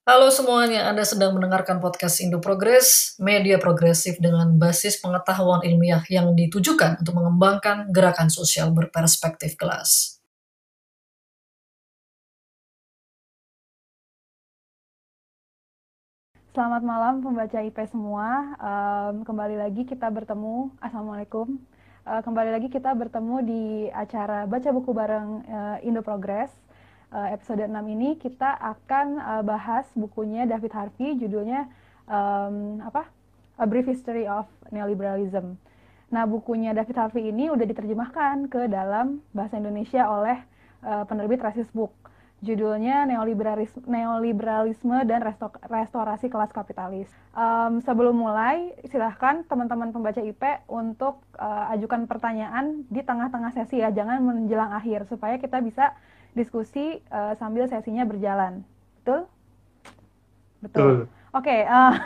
Halo semuanya, Anda sedang mendengarkan podcast Indo Progress, media progresif dengan basis pengetahuan ilmiah yang ditujukan untuk mengembangkan gerakan sosial berperspektif kelas. Selamat malam pembaca IP semua. Kembali lagi kita bertemu. Assalamualaikum. Kembali lagi kita bertemu di acara baca buku bareng Indo Progress. Episode 6 ini kita akan bahas bukunya David Harvey, judulnya apa? A Brief History of Neoliberalism. Nah, bukunya David Harvey ini udah diterjemahkan ke dalam bahasa Indonesia oleh penerbit Resist Book. Judulnya Neoliberalisme dan Restorasi Kelas Kapitalis. Sebelum mulai, silahkan teman-teman pembaca IP untuk ajukan pertanyaan di tengah-tengah sesi ya, jangan menjelang akhir supaya kita bisa diskusi sambil sesinya berjalan. Betul? Betul. Betul. Oke,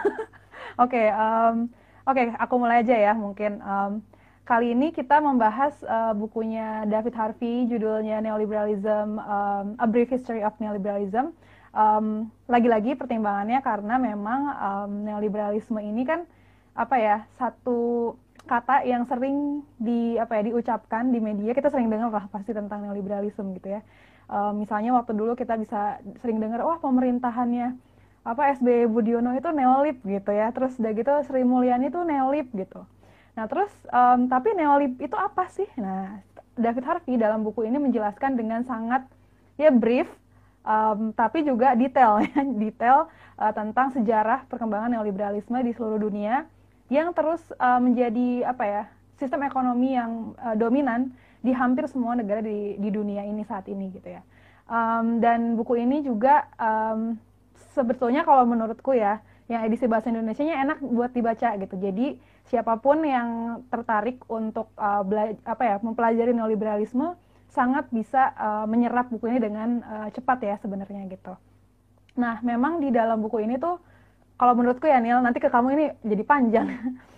oke, oke, aku mulai aja ya mungkin. Kali ini kita membahas bukunya David Harvey, judulnya Neoliberalism, A Brief History of Neoliberalism. Lagi-lagi pertimbangannya karena memang neoliberalisme ini kan apa ya, satu kata yang sering diucapkan di media. Kita sering dengar lah pasti tentang neoliberalisme gitu ya. Misalnya waktu dulu kita bisa sering dengar, wah pemerintahannya SBY Budiono itu neolib gitu ya, terus udah gitu Sri Mulyani itu neolib gitu. Nah terus tapi neolib itu apa sih? Nah, David Harvey dalam buku ini menjelaskan dengan sangat ya brief, tapi juga detail ya, detail tentang sejarah perkembangan neoliberalisme di seluruh dunia yang terus menjadi sistem ekonomi yang dominan di hampir semua negara di dunia ini saat ini gitu ya. Dan buku ini juga sebetulnya kalau menurutku ya, yang edisi bahasa Indonesianya enak buat dibaca gitu. Jadi siapapun yang tertarik untuk mempelajari neoliberalisme sangat bisa menyerap buku ini dengan cepat ya sebenarnya gitu. Nah, memang di dalam buku ini tuh kalau menurutku ya Nil, nanti ke kamu ini jadi panjang.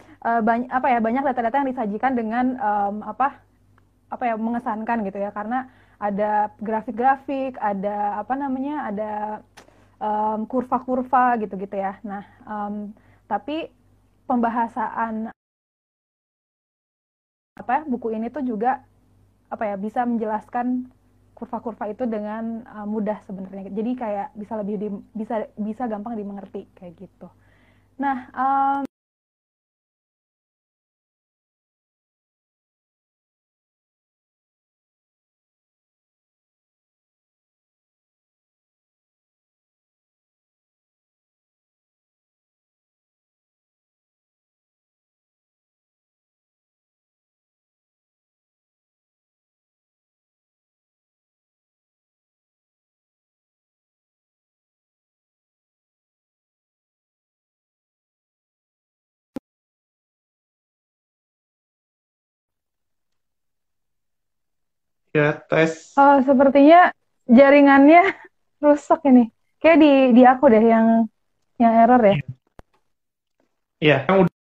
Banyak data-data yang disajikan dengan mengesankan gitu ya, karena ada grafik-grafik, ada ada kurva-kurva gitu-gitu ya. Nah, tapi pembahasan buku ini tuh juga bisa menjelaskan kurva-kurva itu dengan mudah sebenarnya. Jadi kayak bisa bisa bisa gampang dimengerti kayak gitu. Nah, Ya, tes. sepertinya jaringannya rusak ini. Kayak di aku deh yang error ya. Ya, kan udah.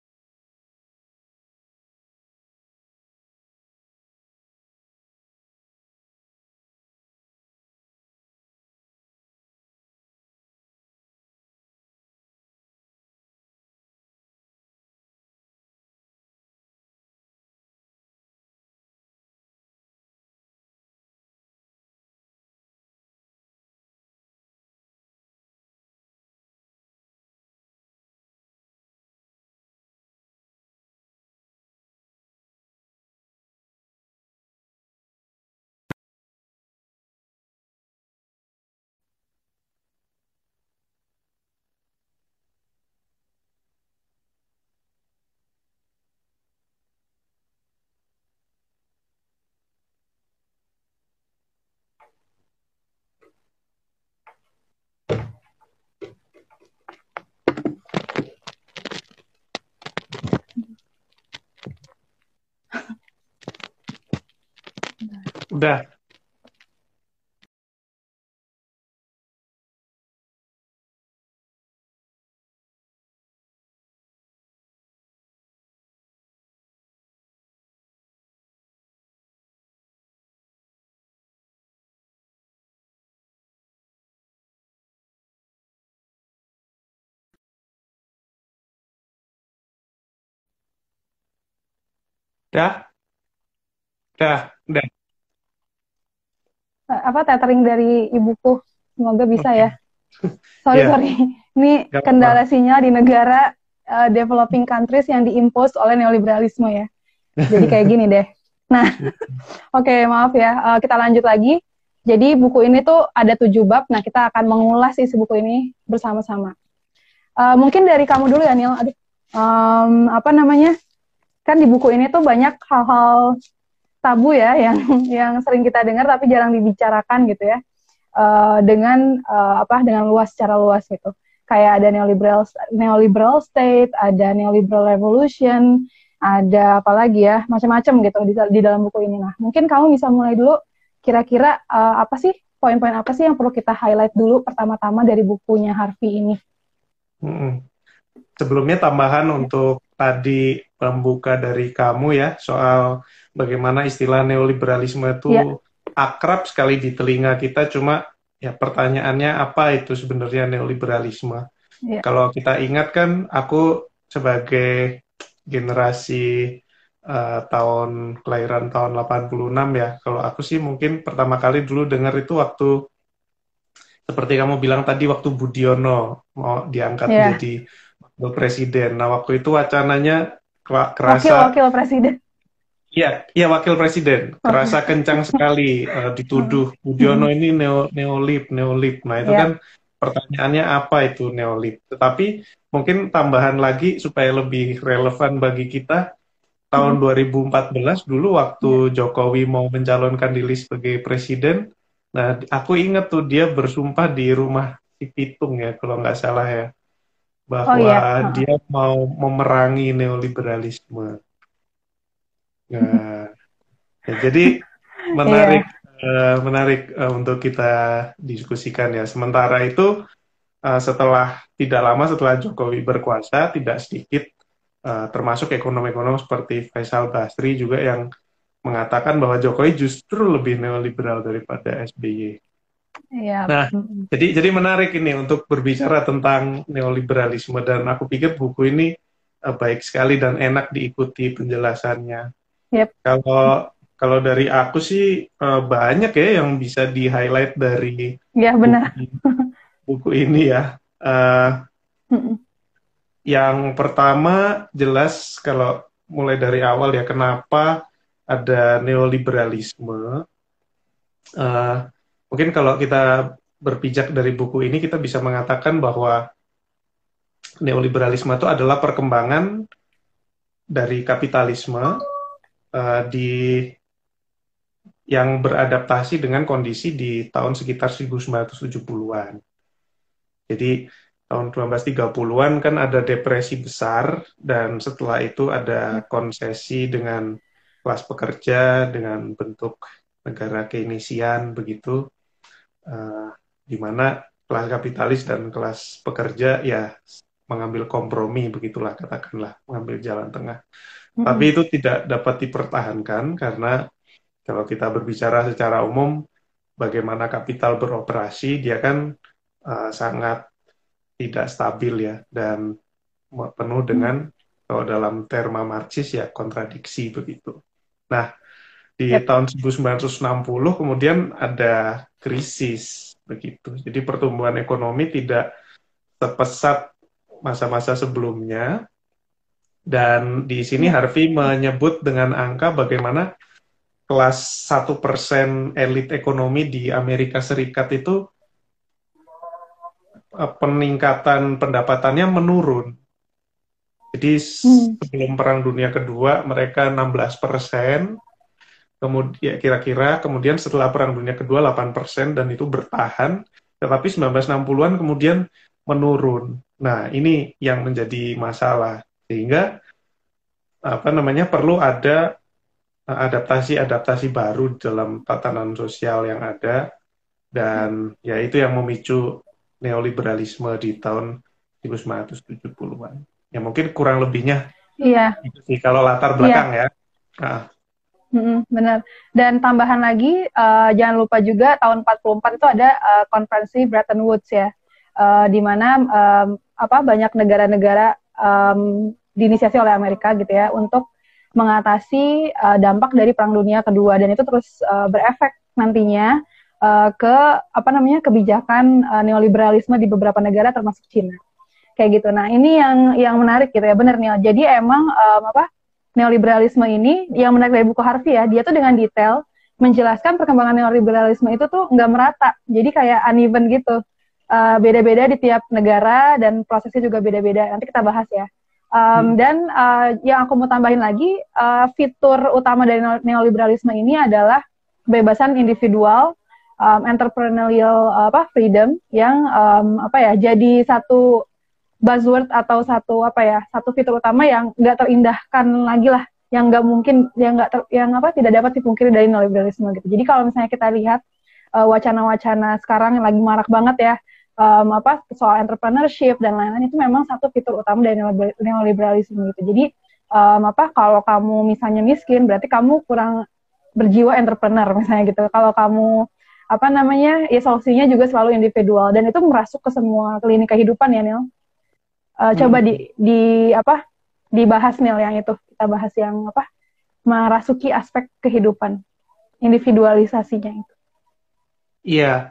Udah. Ya, udah. Tethering dari ibuku. Semoga bisa Oke. ya. Sorry, Ya, sorry. Ini nggak kendala apa-apa. sinyal di negara developing countries yang diimpose oleh neoliberalisme ya. Jadi kayak gini deh. Nah, oke, maaf ya. Kita lanjut lagi. Jadi buku ini tuh ada 7 bab. Nah, kita akan mengulas isi buku ini bersama-sama. Mungkin dari kamu dulu ya, Neil. Aduh, apa namanya? Kan di buku ini tuh banyak hal-hal tabu ya yang sering kita dengar tapi jarang dibicarakan gitu ya. Dengan luas, secara luas gitu. Kayak ada neoliberal state, ada neoliberal revolution, ada apa lagi ya, macam-macam gitu di dalam buku ini. Nah, mungkin kamu bisa mulai dulu, kira-kira apa sih poin-poin apa sih yang perlu kita highlight dulu pertama-tama dari bukunya Harvey ini? Mm-mm. Sebelumnya tambahan untuk tadi pembuka dari kamu ya, soal bagaimana istilah neoliberalisme Ya, itu akrab sekali di telinga kita, cuma ya pertanyaannya apa itu sebenarnya neoliberalisme? ya, Kalau kita ingat kan, aku sebagai generasi kelahiran tahun 86 ya, kalau aku sih mungkin pertama kali dulu dengar itu waktu, seperti kamu bilang tadi, waktu Budiono mau diangkat ya. menjadi wakil presiden. Nah, waktu itu wacananya kerasa, Wakil presiden. iya, iya wakil presiden, kerasa Oke. kencang sekali, dituduh Budiono ini neolib, neolib. Nah, itu kan Ya. pertanyaannya apa itu neolib. Tetapi mungkin tambahan lagi supaya lebih relevan bagi kita, tahun 2014 dulu waktu Ya. Jokowi mau mencalonkan diri sebagai presiden, nah aku ingat tuh dia bersumpah di rumah si Pitung ya kalau nggak salah ya, Oh bahwa iya. dia mau memerangi neoliberalisme. Nah, ya, jadi menarik, Iya. untuk kita diskusikan ya. Sementara itu, setelah tidak lama setelah Jokowi berkuasa, tidak sedikit termasuk ekonom-ekonom seperti Faisal Basri juga yang mengatakan bahwa Jokowi justru lebih neoliberal daripada SBY. Iya. Nah, jadi menarik ini untuk berbicara tentang neoliberalisme, dan aku pikir buku ini baik sekali dan enak diikuti penjelasannya. Yep. Kalau kalau dari aku sih banyak ya yang bisa di-highlight dari Ya, benar. buku buku ini ya. Yang pertama jelas kalau mulai dari awal ya, kenapa ada neoliberalisme. Eh, Mungkin kalau kita berpijak dari buku ini, kita bisa mengatakan bahwa neoliberalisme itu adalah perkembangan dari kapitalisme di yang beradaptasi dengan kondisi di tahun sekitar 1970-an. Jadi tahun 1930-an kan ada depresi besar, dan setelah itu ada konsesi dengan kelas pekerja dengan bentuk negara Keynesian begitu, eh, di mana kelas kapitalis dan kelas pekerja ya mengambil kompromi, begitulah katakanlah, mengambil jalan tengah. Tapi itu tidak dapat dipertahankan karena kalau kita berbicara secara umum bagaimana kapital beroperasi, dia kan sangat tidak stabil ya, dan penuh dengan, kalau dalam terma Marxis ya, kontradiksi begitu. Nah, di Yep. tahun 1960 kemudian ada krisis begitu. Jadi pertumbuhan ekonomi tidak sepesat masa-masa sebelumnya, dan di sini Yep. Harvey menyebut dengan angka bagaimana kelas 1% elit ekonomi di Amerika Serikat itu peningkatan pendapatannya menurun. Jadi sebelum Perang Dunia Kedua mereka 16%, kemudian kira-kira, kemudian setelah Perang Dunia Kedua 8%, dan itu bertahan, tetapi 1960-an kemudian menurun. Nah, ini yang menjadi masalah, sehingga perlu ada adaptasi-adaptasi baru dalam tatanan sosial yang ada, dan ya itu yang memicu neoliberalisme di tahun 1970-an. Ya mungkin kurang lebihnya Iya. itu sih kalau latar belakang ya. Nah, Benar. Dan tambahan lagi, jangan lupa juga tahun 44 itu ada konferensi Bretton Woods ya, di mana banyak negara-negara diinisiasi oleh Amerika gitu ya untuk mengatasi dampak dari Perang Dunia Kedua, dan itu terus berefek nantinya ke apa namanya kebijakan neoliberalisme di beberapa negara termasuk Cina. Kayak gitu. Nah, ini yang menarik gitu ya, benar nih. Jadi emang neoliberalisme ini yang menarik dari buku Harvey ya, dia tuh dengan detail menjelaskan perkembangan neoliberalisme itu tuh nggak merata. Jadi kayak uneven gitu. Beda-beda di tiap negara dan prosesnya juga beda-beda. Nanti kita bahas ya. Dan yang aku mau tambahin lagi, fitur utama dari neoliberalisme ini adalah kebebasan individual, entrepreneurial freedom yang jadi satu buzzword atau satu fitur utama yang nggak terindahkan lagi lah, yang nggak mungkin, tidak dapat dipungkiri dari neoliberalisme gitu. Jadi kalau misalnya kita lihat wacana-wacana sekarang yang lagi marak banget ya, soal entrepreneurship dan lain-lain, itu memang satu fitur utama dari neoliberalisme gitu. Jadi kalau kamu misalnya miskin, berarti kamu kurang berjiwa entrepreneur misalnya gitu. Kalau kamu ya solusinya juga selalu individual, dan itu merasuk ke semua lini kehidupan ya, Nil. Coba dibahas, Nil, yang itu kita bahas yang merasuki aspek kehidupan, individualisasinya itu. Iya,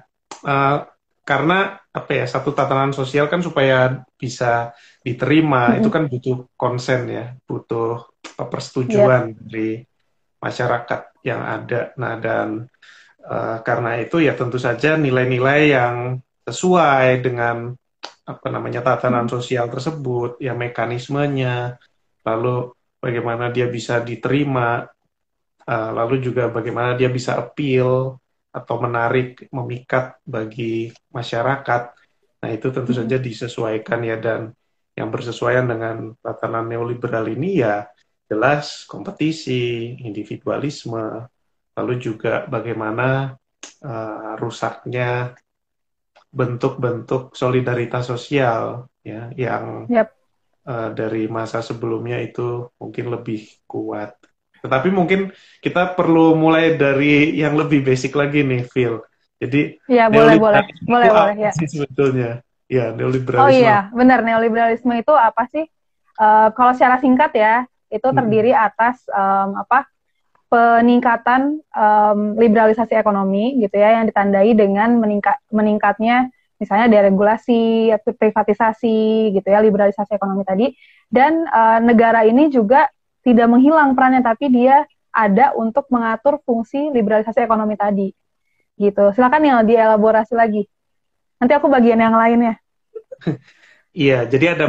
karena satu tatanan sosial kan supaya bisa diterima itu kan butuh konsen ya, butuh persetujuan dari masyarakat yang ada. Nah, dan karena itu ya tentu saja nilai-nilai yang sesuai dengan tatanan sosial tersebut, ya mekanismenya, lalu bagaimana dia bisa diterima, lalu juga bagaimana dia bisa appeal atau menarik, memikat bagi masyarakat. Nah, itu tentu saja disesuaikan ya, dan yang bersesuaian dengan tatanan neoliberal ini ya jelas kompetisi, individualisme, lalu juga bagaimana rusaknya bentuk-bentuk solidaritas sosial ya yang dari masa sebelumnya itu mungkin lebih kuat. Tetapi mungkin kita perlu mulai dari yang lebih basic lagi nih, Phil. Jadi ya, boleh ya. Sih sebetulnya? Ya, neoliberalisme. Oh iya, benar, neoliberalisme itu apa sih? Kalau secara singkat ya, itu terdiri atas peningkatan liberalisasi ekonomi gitu ya, yang ditandai dengan meningkatnya misalnya deregulasi, privatisasi gitu ya, liberalisasi ekonomi tadi. Dan negara ini juga tidak menghilang perannya, tapi dia ada untuk mengatur fungsi liberalisasi ekonomi tadi. Gitu. Silakan Nil, dielaborasi lagi. Nanti aku bagian yang lainnya. Iya, jadi ada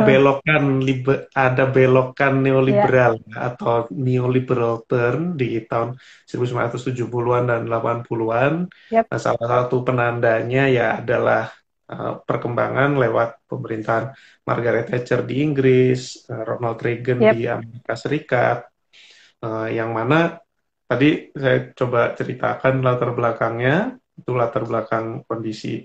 belokan neoliberal atau neoliberal turn di tahun 1970-an dan 80-an. Nah, salah satu penandanya ya adalah perkembangan lewat pemerintahan Margaret Thatcher di Inggris, Ronald Reagan di Amerika Serikat, yang mana tadi saya coba ceritakan latar belakangnya, itu latar belakang kondisi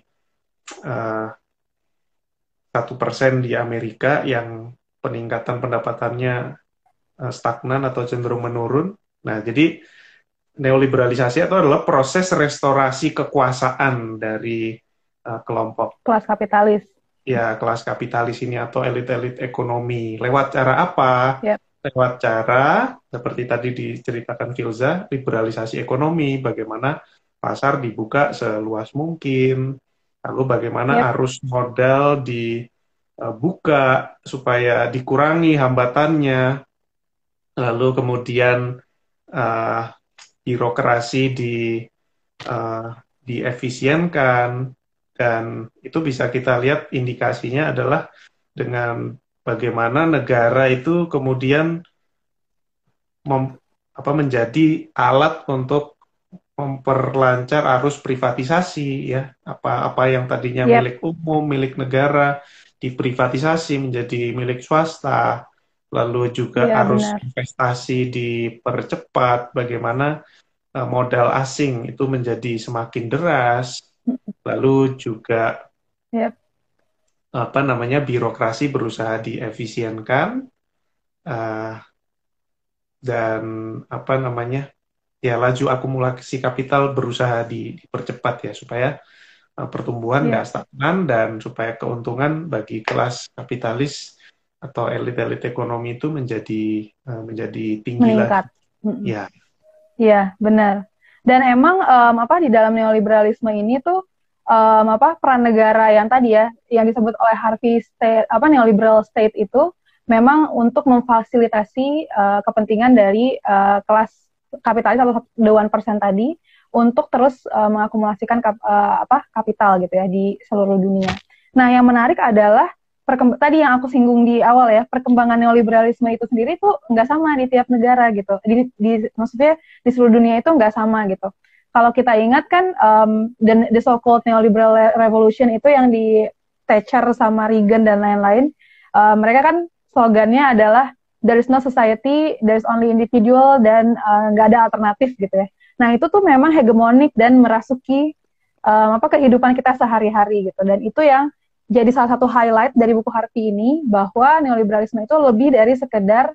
1% di Amerika yang peningkatan pendapatannya stagnan atau cenderung menurun. Nah, jadi neoliberalisasi itu adalah proses restorasi kekuasaan dari kelompok kelas kapitalis. Ya, kelas kapitalis ini atau elit-elit ekonomi. Lewat cara apa? Lewat cara seperti tadi diceritakan Filza, liberalisasi ekonomi, bagaimana pasar dibuka seluas mungkin, lalu bagaimana arus modal dibuka supaya dikurangi hambatannya, lalu kemudian birokrasi diefisienkan. Dan itu bisa kita lihat indikasinya adalah dengan bagaimana negara itu kemudian menjadi alat untuk memperlancar arus privatisasi ya. Apa yang tadinya milik umum, milik negara diprivatisasi menjadi milik swasta. Lalu juga arus investasi dipercepat, bagaimana modal asing itu menjadi semakin deras. Lalu juga birokrasi berusaha diefisienkan, dan laju akumulasi kapital berusaha dipercepat ya, supaya pertumbuhan nggak stagnan dan supaya keuntungan bagi kelas kapitalis atau elit-elit ekonomi itu menjadi tinggi lagi. meningkat. Ya, Iya, benar. Dan emang di dalam neoliberalisme ini tuh peran negara yang tadi ya yang disebut oleh Harvey State neoliberal state itu memang untuk memfasilitasi kepentingan dari kelas kapitalis atau dewan persen tadi untuk terus mengakumulasikan kapital gitu ya di seluruh dunia. Nah, yang menarik adalah tadi yang aku singgung di awal ya, perkembangan neoliberalisme itu sendiri tuh nggak sama di tiap negara gitu. Maksudnya di seluruh dunia itu nggak sama gitu. Kalau kita ingat kan, dan the so-called neoliberal revolution itu yang di Thatcher sama Reagan dan lain-lain, mereka kan slogannya adalah there is no society, there is only individual, dan nggak ada alternatif gitu ya. Nah, itu tuh memang hegemonik dan merasuki kehidupan kita sehari-hari gitu. Dan itu yang jadi salah satu highlight dari buku Harvey ini, bahwa neoliberalisme itu lebih dari sekedar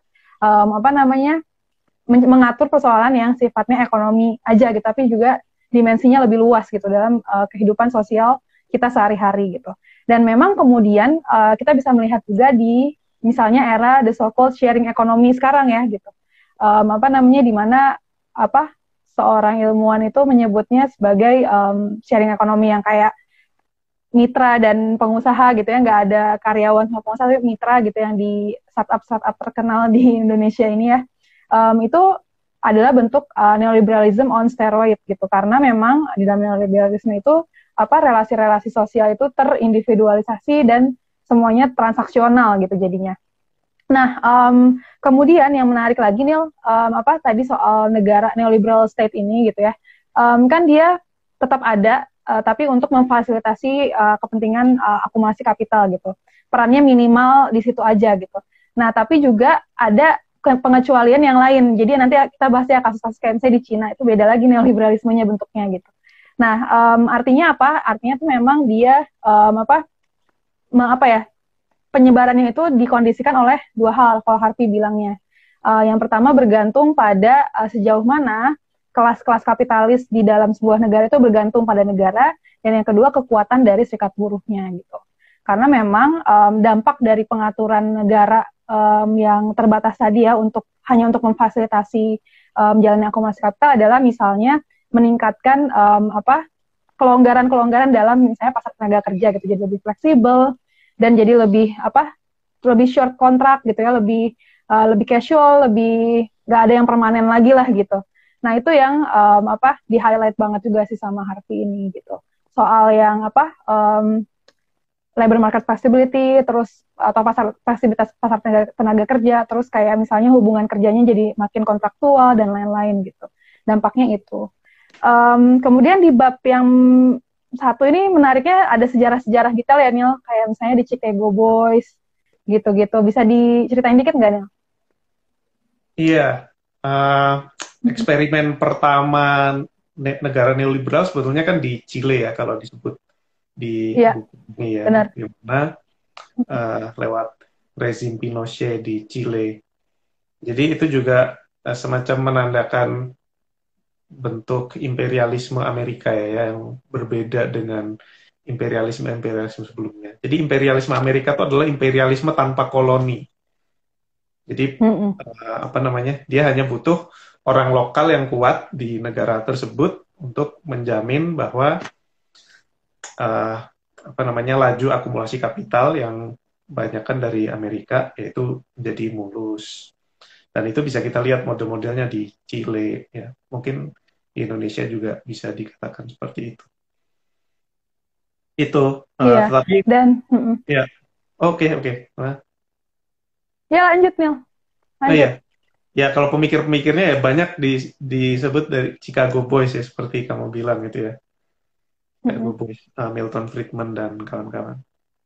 mengatur persoalan yang sifatnya ekonomi aja gitu, tapi juga dimensinya lebih luas gitu dalam kehidupan sosial kita sehari-hari gitu. Dan memang kemudian kita bisa melihat juga di misalnya era the so-called sharing economy sekarang ya gitu. Di mana seorang ilmuwan itu menyebutnya sebagai sharing economy yang kayak mitra dan pengusaha gitu ya, nggak ada karyawan sama pengusaha, tapi mitra gitu yang di startup terkenal di Indonesia ini ya. Itu adalah bentuk neoliberalism on steroid gitu, karena memang di dalam neoliberalisme itu relasi-relasi sosial itu terindividualisasi dan semuanya transaksional gitu jadinya. Nah, kemudian yang menarik lagi Nil, tadi soal negara neoliberal state ini gitu ya, kan dia tetap ada, tapi untuk memfasilitasi kepentingan akumulasi kapital gitu. Perannya minimal di situ aja gitu. Nah, tapi juga ada pengecualian yang lain. Jadi nanti kita bahas ya kasus-kasus kayak misalnya di Cina, itu beda lagi neoliberalismenya bentuknya gitu. Nah, artinya apa? Artinya tuh memang dia penyebarannya itu dikondisikan oleh dua hal kalau Harvey bilangnya. Yang pertama bergantung pada sejauh mana kelas-kelas kapitalis di dalam sebuah negara itu bergantung pada negara, dan yang kedua kekuatan dari serikat buruhnya gitu. Karena memang dampak dari pengaturan negara yang terbatas tadi ya hanya untuk memfasilitasi jalannya akumulasi kapital adalah misalnya meningkatkan kelonggaran-kelonggaran dalam misalnya pasar tenaga kerja gitu, jadi lebih fleksibel dan jadi lebih short kontrak gitu ya, lebih casual, lebih nggak ada yang permanen lagi lah gitu. Nah, itu yang di highlight banget juga sih sama Harvey ini gitu. Soal yang labor market flexibility, terus atau fleksibilitas pasar tenaga kerja, terus kayak misalnya hubungan kerjanya jadi makin kontraktual dan lain-lain gitu. Dampaknya itu. Kemudian di bab yang satu ini menariknya ada sejarah-sejarah detail ya Neil, kayak misalnya di Chicago Boys gitu-gitu. Bisa diceritain dikit nggak Neil? Iya. Eksperimen pertama negara neoliberal sebetulnya kan di Chile ya, kalau disebut di buku ini ya, benar. di mana lewat rezim Pinochet di Chile. Jadi itu juga semacam menandakan bentuk imperialisme Amerika ya, yang berbeda dengan imperialisme sebelumnya. Jadi imperialisme Amerika itu adalah imperialisme tanpa koloni. Jadi dia hanya butuh orang lokal yang kuat di negara tersebut untuk menjamin bahwa laju akumulasi kapital yang banyakkan dari Amerika yaitu menjadi mulus. Dan itu bisa kita lihat model-modelnya di Chile ya. Mungkin di Indonesia juga bisa dikatakan seperti itu. Itu tetapi dan ya. Oke. Ya lanjut Neil. Iya. Ya, kalau pemikir-pemikirnya ya banyak disebut dari Chicago Boys ya, seperti kamu bilang gitu ya. Chicago Boys, Milton Friedman dan kawan-kawan.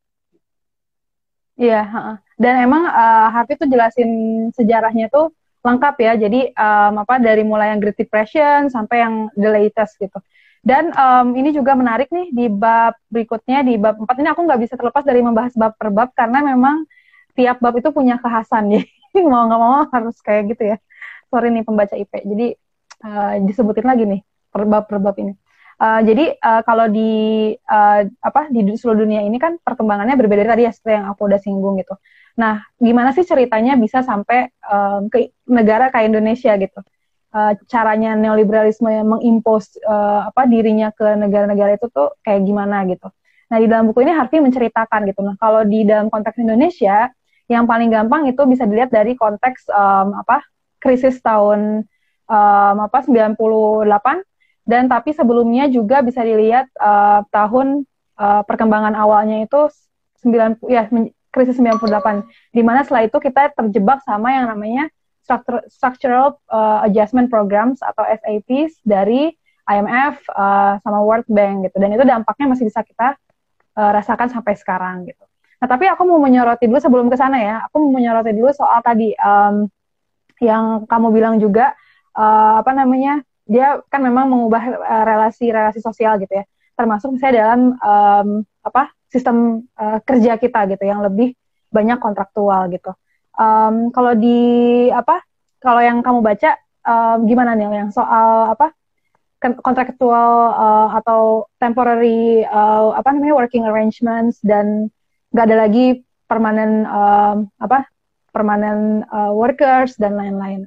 Iya, dan emang Harvey tuh jelasin sejarahnya tuh lengkap ya. Jadi dari mulai yang Great Depression sampai yang the latest gitu. Dan ini juga menarik nih di bab berikutnya, di bab 4 ini aku nggak bisa terlepas dari membahas bab per bab karena memang tiap bab itu punya kekhasan ya. Mau nggak mau harus kayak gitu ya. Sorry nih pembaca IP. Jadi disebutin lagi nih per bab ini. Jadi kalau di seluruh dunia ini kan perkembangannya berbeda tadi ya, seperti yang aku udah singgung gitu. Nah, gimana sih ceritanya bisa sampai ke negara kayak Indonesia gitu? Caranya neoliberalisme yang mengimpose dirinya ke negara-negara itu tuh kayak gimana gitu. Nah, di dalam buku ini Harvey menceritakan gitu. Nah, kalau di dalam konteks Indonesia, yang paling gampang itu bisa dilihat dari konteks krisis tahun 98, dan tapi sebelumnya juga bisa dilihat tahun perkembangan awalnya itu krisis 98, di mana setelah itu kita terjebak sama yang namanya Structural Adjustment Programs atau SAPs dari IMF sama World Bank gitu, dan itu dampaknya masih bisa kita rasakan sampai sekarang gitu. Nah, tapi aku mau menyoroti dulu sebelum ke sana ya, aku mau menyoroti dulu soal tadi yang kamu bilang juga, dia kan memang mengubah relasi-relasi sosial gitu ya, termasuk misalnya dalam sistem kerja kita gitu, yang lebih banyak kontraktual gitu. Kalau yang kamu baca gimana nih yang soal kontraktual atau temporary working arrangements, dan nggak ada lagi permanen workers dan lain-lain.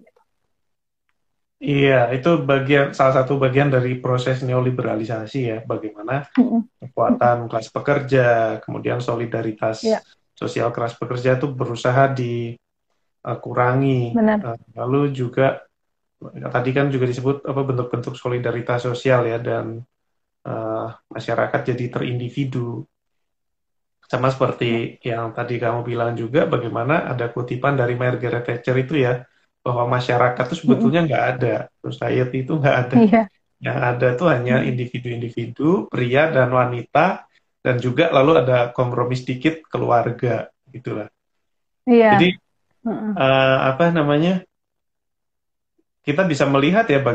Iya, itu salah satu bagian dari proses neoliberalisasi ya, bagaimana kekuatan kelas pekerja, kemudian solidaritas sosial kelas pekerja itu berusaha dikurangi. Lalu juga tadi kan juga disebut bentuk-bentuk solidaritas sosial ya, dan masyarakat jadi terindividu. Sama seperti yang tadi kamu bilang juga, bagaimana ada kutipan dari Margaret Thatcher itu ya, bahwa masyarakat itu sebetulnya nggak ada, society itu nggak ada. Yang ada tuh hanya individu-individu, pria dan wanita, dan juga lalu ada kompromi sedikit keluarga, gitulah. Jadi kita bisa melihat ya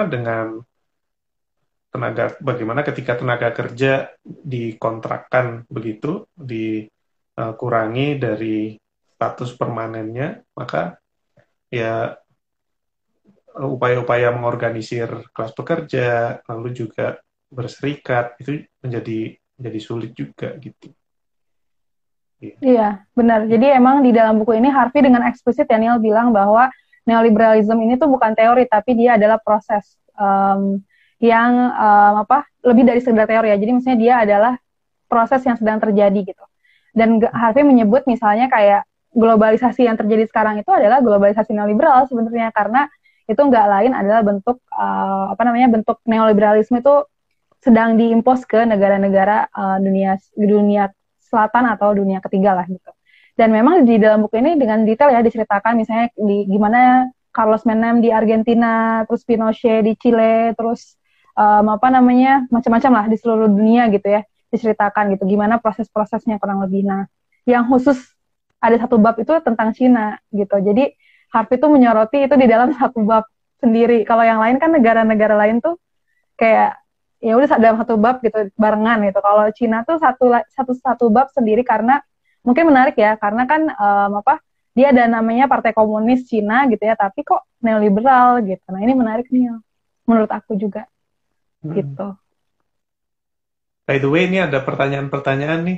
bagaimana ketika tenaga kerja dikontrakkan begitu, dikurangi dari status permanennya, maka ya upaya-upaya mengorganisir kelas pekerja, lalu juga berserikat, itu menjadi sulit juga gitu. Iya, benar. Jadi emang di dalam buku ini Harvey dengan eksplisit ya Neil bilang bahwa neoliberalisme ini tuh bukan teori, tapi dia adalah proses yang lebih dari sekedar teori ya. Jadi misalnya dia adalah proses yang sedang terjadi gitu. Dan Harvey menyebut misalnya kayak globalisasi yang terjadi sekarang itu adalah globalisasi neoliberal sebenarnya, karena itu nggak lain adalah bentuk bentuk neoliberalisme itu sedang diimpos ke negara-negara dunia selatan atau dunia ketiga lah gitu. Dan memang di dalam buku ini dengan detail ya diceritakan misalnya gimana Carlos Menem di Argentina, terus Pinochet di Chile, terus macam-macam lah di seluruh dunia gitu ya, diceritakan gitu gimana proses-prosesnya kurang lebih. Nah, yang khusus ada satu bab itu tentang Cina gitu. Jadi Harvey itu menyoroti itu di dalam satu bab sendiri. Kalau yang lain kan negara-negara lain tuh kayak ya udah dalam satu bab gitu barengan gitu. Kalau Cina tuh satu bab sendiri, karena mungkin menarik ya, karena kan dia ada namanya Partai Komunis Cina gitu ya, tapi kok neoliberal gitu. Nah, ini menarik nih menurut aku juga. Gitu. By the way, ini ada pertanyaan-pertanyaan nih.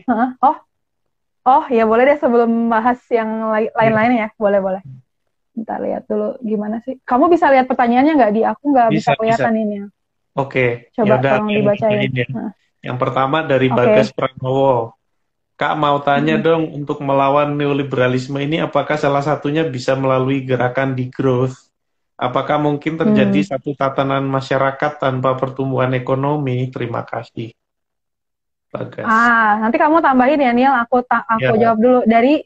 Oh, ya boleh deh sebelum bahas yang lain-lainnya ya. Boleh. Bentar lihat dulu gimana sih. Kamu bisa lihat pertanyaannya nggak? Di aku nggak bisa kelihatan ini. Oke. Coba tolong dibacain. Yang pertama dari Bagas Pranowo. Kak mau tanya dong, untuk melawan neoliberalisme ini apakah salah satunya bisa melalui gerakan degrowth? Apakah mungkin terjadi satu tatanan masyarakat tanpa pertumbuhan ekonomi? Terima kasih. Bagas. Nanti kamu tambahin ya Neil, aku jawab dulu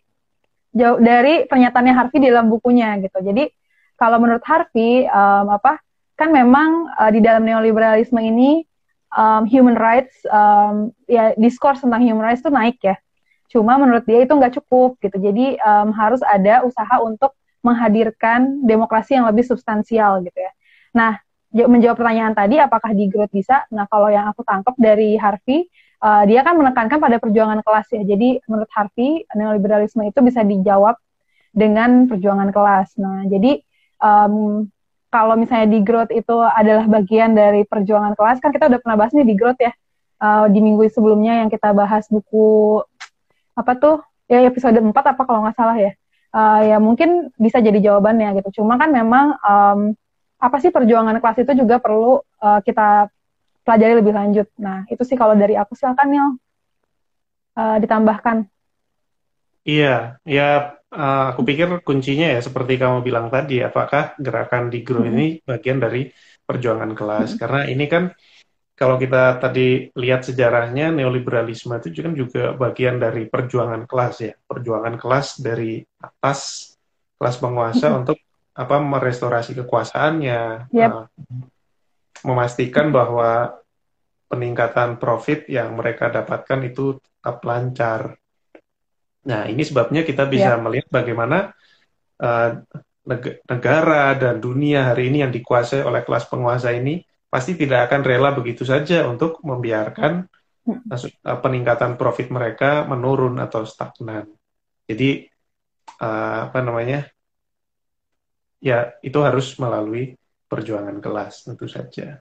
dari pernyataannya Harvey di dalam bukunya gitu. Jadi kalau menurut Harvey kan memang di dalam neoliberalisme ini human rights diskurs tentang human rights itu naik ya. Cuma menurut dia itu nggak cukup gitu. Jadi harus ada usaha untuk menghadirkan demokrasi yang lebih substansial gitu ya. Nah, menjawab pertanyaan tadi apakah degrowth bisa? Nah, kalau yang aku tangkap dari Harvey, dia kan menekankan pada perjuangan kelas ya. Jadi menurut Harvey, neoliberalisme itu bisa dijawab dengan perjuangan kelas. Nah, jadi kalau misalnya di growth itu adalah bagian dari perjuangan kelas, kan kita udah pernah bahas nih di growth ya, di minggu sebelumnya yang kita bahas buku apa tuh ya episode 4 apa kalau nggak salah ya. Ya mungkin bisa jadi jawabannya gitu. Cuma kan memang apa sih perjuangan kelas itu juga perlu kita pelajari lebih lanjut. Nah, itu sih kalau dari aku, silakan Nil ditambahkan. Iya, ya aku pikir kuncinya ya seperti kamu bilang tadi, apakah gerakan di Grow Mm-mm. ini bagian dari perjuangan kelas? Mm-mm. Karena ini kan kalau kita tadi lihat sejarahnya, neoliberalisme itu juga bagian dari perjuangan kelas ya, perjuangan kelas dari atas kelas penguasa Mm-mm. untuk apa merestorasi kekuasaannya, Yep. memastikan bahwa peningkatan profit yang mereka dapatkan itu tetap lancar. Nah, ini sebabnya kita bisa Yep. melihat bagaimana eh, negara dan dunia hari ini yang dikuasai oleh kelas penguasa ini pasti tidak akan rela begitu saja untuk membiarkan Mm-mm. peningkatan profit mereka menurun atau stagnan. Jadi apa namanya? Ya, itu harus melalui perjuangan kelas tentu saja.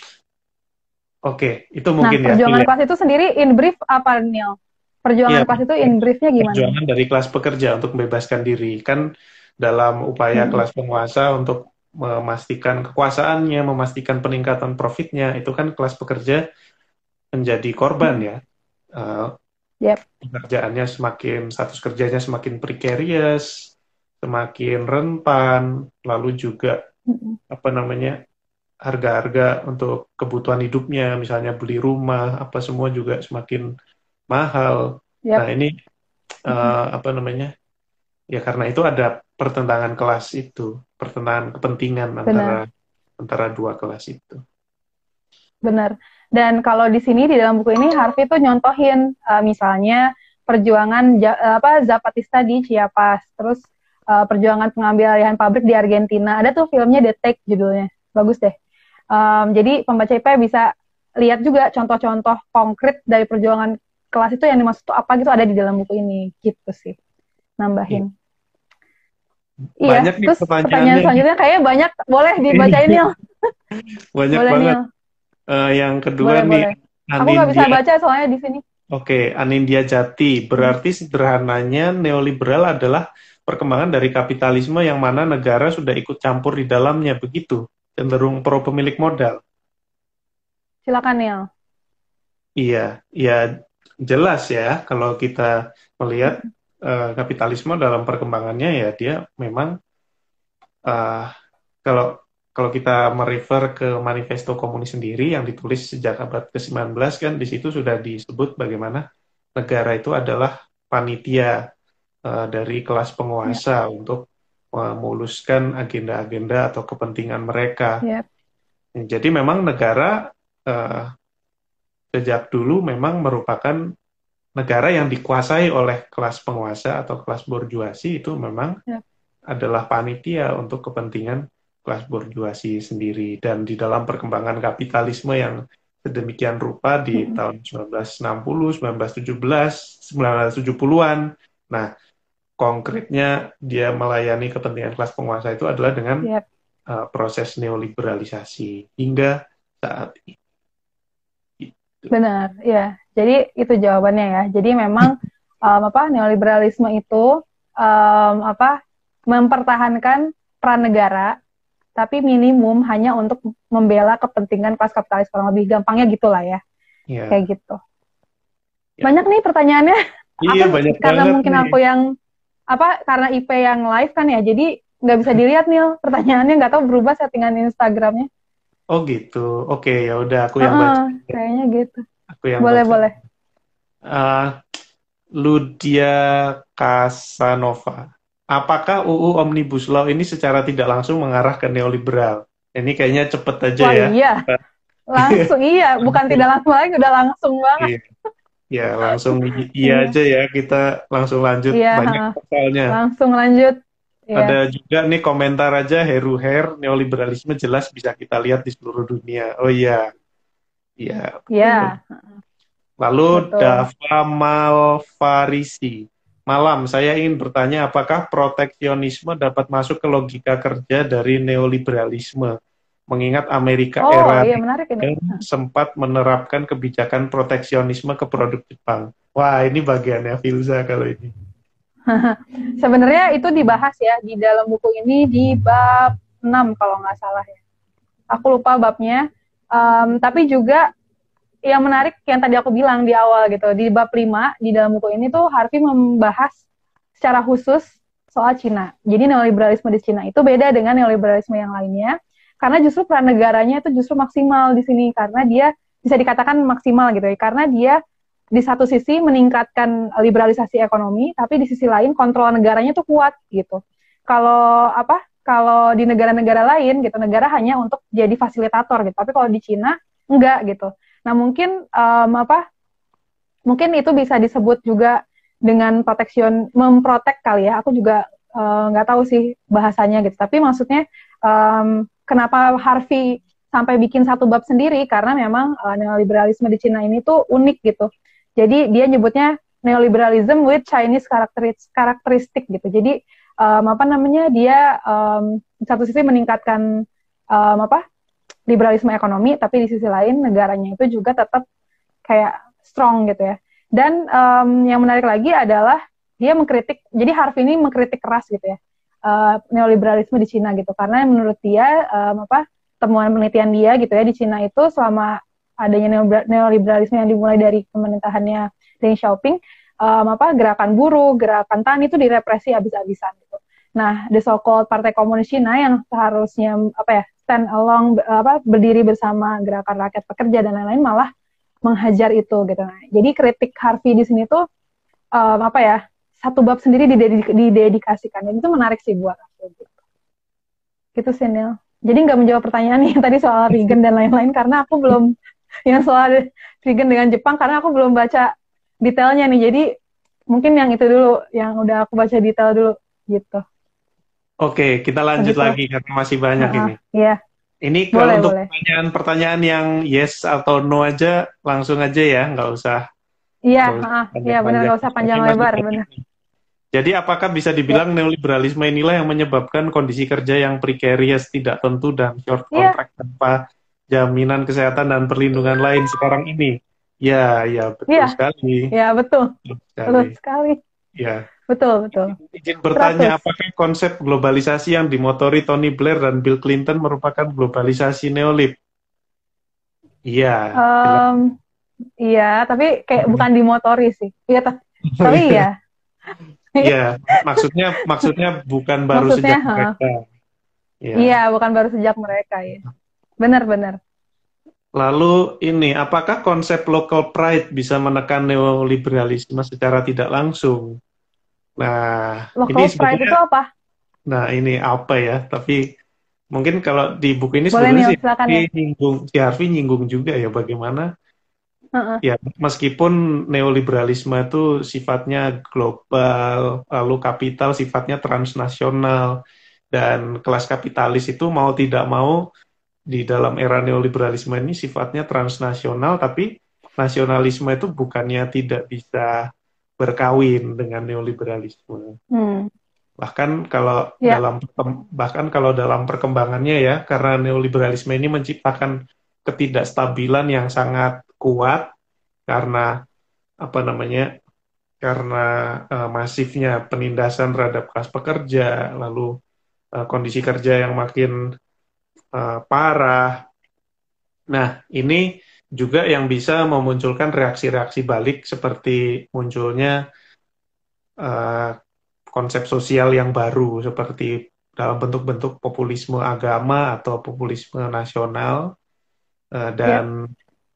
Oke, itu Nah, mungkin ya perjuangan pilihan. kelas itu sendiri in brief apa, Nil? Ya, Perjuangan kelas itu in briefnya gimana nih? perjuangan dari kelas pekerja untuk membebaskan diri. Kan dalam upaya Mm-mm. kelas penguasa untuk memastikan kekuasaannya, memastikan peningkatan profitnya, itu kan kelas pekerja menjadi korban Mm-mm. ya. Eh, Yep. Pekerjaannya semakin, status kerjanya semakin precarious, semakin rentan, lalu juga Mm-mm. apa namanya harga-harga untuk kebutuhan hidupnya, misalnya beli rumah, apa semua juga semakin mahal. Nah, Yep. ini Mm-mm. apa namanya? Ya karena itu ada pertentangan kelas itu, pertentangan kepentingan antara Benar. dua kelas itu. Benar. Dan kalau di sini di dalam buku ini Harvey tuh nyontohin misalnya perjuangan Zapatista di Chiapas, terus perjuangan pengambil alihan pabrik di Argentina. Ada tuh filmnya The Take judulnya, bagus deh. Jadi pembaca IP bisa lihat juga contoh-contoh konkret dari perjuangan kelas itu yang dimaksud tuh apa gitu ada di dalam buku ini, gitu sih. Iya. Nambahin. Iya, Banyak nih terus pertanyaan pertanyaannya nih. selanjutnya kayaknya banyak, boleh dibacain Nil. Banyak Boleh banget. Nil, Yang kedua boleh nih, boleh. Aku nggak bisa Anindya. baca soalnya di sini. Oke, Anindya Jati. Berarti sederhananya neoliberal adalah perkembangan dari kapitalisme yang mana negara sudah ikut campur di dalamnya, begitu. Cenderung pro pemilik modal. Silakan Nil. Iya, ya jelas ya kalau kita melihat kapitalisme dalam perkembangannya ya dia memang uh, kalau kalau kita merefer ke manifesto komunis sendiri yang ditulis sejak abad ke-19 kan di situ sudah disebut bagaimana negara itu adalah panitia dari kelas Ya, penguasa untuk memuluskan agenda-agenda atau kepentingan mereka. ya, Jadi memang negara uh, sejak dulu memang merupakan negara yang dikuasai oleh kelas penguasa atau kelas borjuasi itu memang ya. adalah panitia untuk kepentingan kelas borjuasi sendiri. Dan di dalam perkembangan kapitalisme yang sedemikian rupa di Mm-mm. tahun 1960, 1917, 1970-an, nah konkretnya dia melayani kepentingan kelas penguasa itu adalah dengan Ya, proses neoliberalisasi hingga saat ini. benar. Ya, jadi itu jawabannya ya. Jadi memang neoliberalisme itu mempertahankan peran negara, tapi minimum hanya untuk membela kepentingan kelas kapitalis, kurang lebih gampangnya gitulah ya. Ya, Kayak gitu. ya. Banyak nih pertanyaannya. Iya, Aku banyak karena banget mungkin nih. aku yang karena IP yang live kan ya, jadi nggak bisa dilihat nih pertanyaannya, nggak tahu berubah settingan Instagramnya. Oh gitu. Oke, ya udah aku yang baca. Kayaknya gitu. Aku yang Boleh, baca. boleh. Ludia Casanova. Apakah UU Omnibus Law ini secara tidak langsung mengarah ke neoliberal? Ini kayaknya cepet aja Wah ya. iya, langsung iya. Bukan tidak langsung lagi, udah langsung banget. Iya, ya, langsung iya Iya, aja ya. Kita langsung lanjut. iya, Banyak soalnya. langsung lanjut. Iya, Ada juga nih komentar aja Heru Her, neoliberalisme jelas bisa kita lihat di seluruh dunia. Oh iya, iya betul. iya, Lalu betul. Dava Malfarisi. Malam, saya ingin bertanya apakah proteksionisme dapat masuk ke logika kerja dari neoliberalisme? Mengingat Amerika Oh, era iya menarik ini. Reagan sempat menerapkan kebijakan proteksionisme ke produk Jepang. Wah, ini bagiannya Filza kalau ini. Sebenarnya itu dibahas ya di dalam buku ini di bab 6 kalau nggak salah ya. Aku lupa babnya. Tapi juga yang menarik yang tadi aku bilang di awal gitu, di bab 5 di dalam buku ini tuh Harvey membahas secara khusus soal Cina. Jadi neoliberalisme di Cina itu beda dengan neoliberalisme yang lainnya, karena justru peran negaranya itu justru maksimal di sini, karena dia bisa dikatakan maksimal gitu ya, karena dia di satu sisi meningkatkan liberalisasi ekonomi, tapi di sisi lain kontrol negaranya tuh kuat gitu. Kalau di negara-negara lain gitu, negara hanya untuk jadi fasilitator gitu, tapi kalau di Cina enggak gitu. Nah mungkin itu bisa disebut juga dengan memprotek kali ya. Aku juga nggak tahu sih bahasanya gitu. Tapi maksudnya kenapa Harvey sampai bikin satu bab sendiri, karena memang neoliberalisme di Cina ini tuh unik gitu. Jadi dia nyebutnya neoliberalism with Chinese karakteristik gitu. Jadi dia di satu sisi meningkatkan liberalisme ekonomi, tapi di sisi lain negaranya itu juga tetap kayak strong gitu ya. Dan yang menarik lagi adalah dia mengkritik, jadi Harvey ini mengkritik keras gitu ya neoliberalisme di Cina gitu, karena menurut dia temuan penelitian dia gitu ya di Cina itu selama adanya neoliberalisme yang dimulai dari pemerintahannya Deng Xiaoping, gerakan buruh, gerakan tani itu direpresi habis-habisan gitu. Nah, the so-called Partai Komunis Cina yang seharusnya stand along, berdiri bersama gerakan rakyat pekerja dan lain-lain malah menghajar itu gitu. Nah, jadi kritik Harvey di sini tuh satu bab sendiri didedikasikan. Dan itu menarik sih buat aku gitu. Gitu sih, Neil. Jadi nggak menjawab pertanyaan nih tadi soal Reagan dan lain-lain, karena aku belum yang soal Reagan dengan Jepang, karena aku belum baca detailnya nih. Jadi mungkin yang itu dulu, yang udah aku baca detail dulu gitu. Oke, kita lanjut lagi karena masih banyak ini. Iya. Ini kalau untuk pertanyaan-pertanyaan yang yes atau no aja, langsung aja ya, nggak usah. Iya, benar, nggak usah panjang lebar, benar. Jadi apakah bisa dibilang neoliberalisme inilah yang menyebabkan kondisi kerja yang precarious, tidak tentu, dan short contract tanpa jaminan kesehatan dan perlindungan lain sekarang ini? Ya, betul sekali. Ya, betul. Betul sekali. Ya. Betul. Izin bertanya, apakah konsep globalisasi yang dimotori Tony Blair dan Bill Clinton merupakan globalisasi neolib? Iya. Iya, tapi kayak bukan dimotori sih. Iya, tapi iya. Iya, maksudnya bukan baru sejak mereka. Iya, bukan baru sejak mereka ya. Benar. Lalu ini, apakah konsep local pride bisa menekan neoliberalisme secara tidak langsung? Nah, local pride itu apa? Nah, ini apa ya? Tapi mungkin kalau di buku ini sebenarnya si Harvey nyinggung juga ya bagaimana ya meskipun neoliberalisme itu sifatnya global, lalu kapital sifatnya transnasional, dan kelas kapitalis itu mau tidak mau di dalam era neoliberalisme ini sifatnya transnasional, tapi nasionalisme itu bukannya tidak bisa berkawin dengan neoliberalisme. Bahkan kalau dalam perkembangannya ya, karena neoliberalisme ini menciptakan ketidakstabilan yang sangat kuat karena masifnya penindasan terhadap kelas pekerja, lalu kondisi kerja yang makin parah. Nah, ini juga yang bisa memunculkan reaksi-reaksi balik seperti munculnya konsep sosial yang baru seperti dalam bentuk-bentuk populisme agama atau populisme nasional dan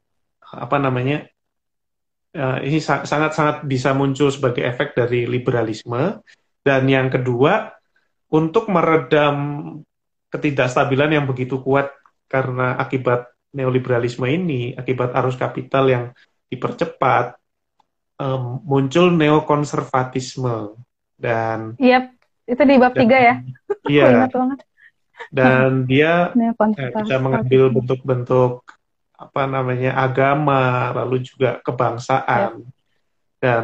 ini sangat-sangat bisa muncul sebagai efek dari liberalisme. Dan yang kedua, untuk meredam ketidakstabilan yang begitu kuat karena akibat neoliberalisme ini, akibat arus kapital yang dipercepat, muncul neokonservatisme. Dan itu di bab 3 ya. Iya. Ingat banget. Dan dia bisa mengambil bentuk-bentuk agama, lalu juga kebangsaan. Dan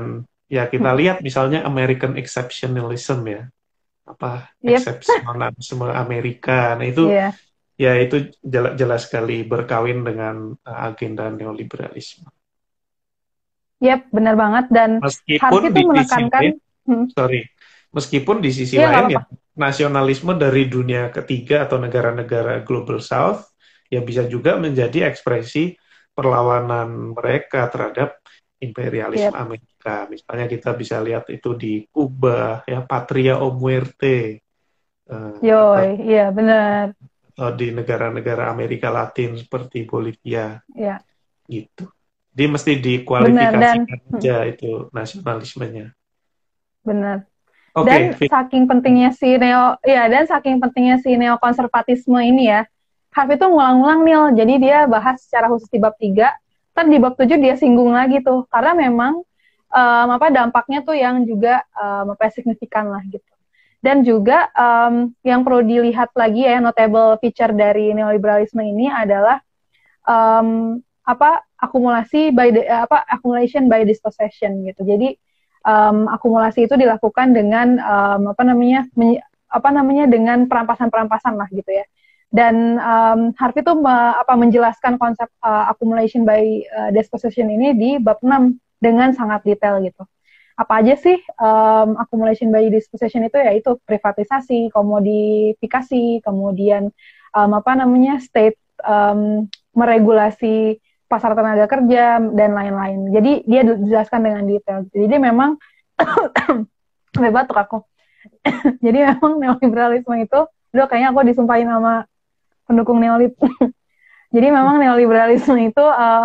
ya kita lihat misalnya American exceptionalism ya, apa Yep, eksepsionalisme Amerika. Nah itu iya, ya itu jelas sekali berkawin dengan agenda neoliberalisme. yep, benar banget. Dan Meskipun Harvey di tuh sisi menekankan, lain, hmm, sorry, meskipun di sisi iya nggak lain ya apa-apa. nasionalisme dari dunia ketiga atau negara-negara Global South ya bisa juga menjadi ekspresi perlawanan mereka terhadap imperialisme Yep, Amerika. Misalnya kita bisa lihat itu di Kuba ya Patria o Muerte, atau yoi, iya benar, di negara-negara Amerika Latin seperti Bolivia iya gitu. Jadi mesti benar dan dikualifikasikan aja itu nasionalismenya. benar. Oke, Dan saking pentingnya si neo, ya dan saking pentingnya si neokonservatisme ini ya, Harvey itu ngulang-ngulang Nil. Jadi dia bahas secara khusus di bab 3, kan di bab 7 dia singgung lagi tuh, karena memang apa dampaknya tuh yang juga apa signifikan lah gitu. Dan juga yang perlu dilihat lagi ya, notable feature dari neoliberalisme ini adalah apa akumulasi by apa accumulation by dispossession gitu. Jadi akumulasi itu dilakukan dengan apa namanya dengan perampasan-perampasan lah gitu ya. Dan Harvey itu menjelaskan konsep accumulation by dispossession ini di bab 6 dengan sangat detail gitu. Apa aja sih accumulation by dispossession itu? Yaitu privatisasi, komodifikasi, kemudian state meregulasi pasar tenaga kerja dan lain-lain. Jadi dia dijelaskan dengan detail. Jadi memang batuk aku. Jadi memang neoliberalisme itu, kayaknya aku disumpahin sama pendukung neolib. Jadi memang neoliberalisme itu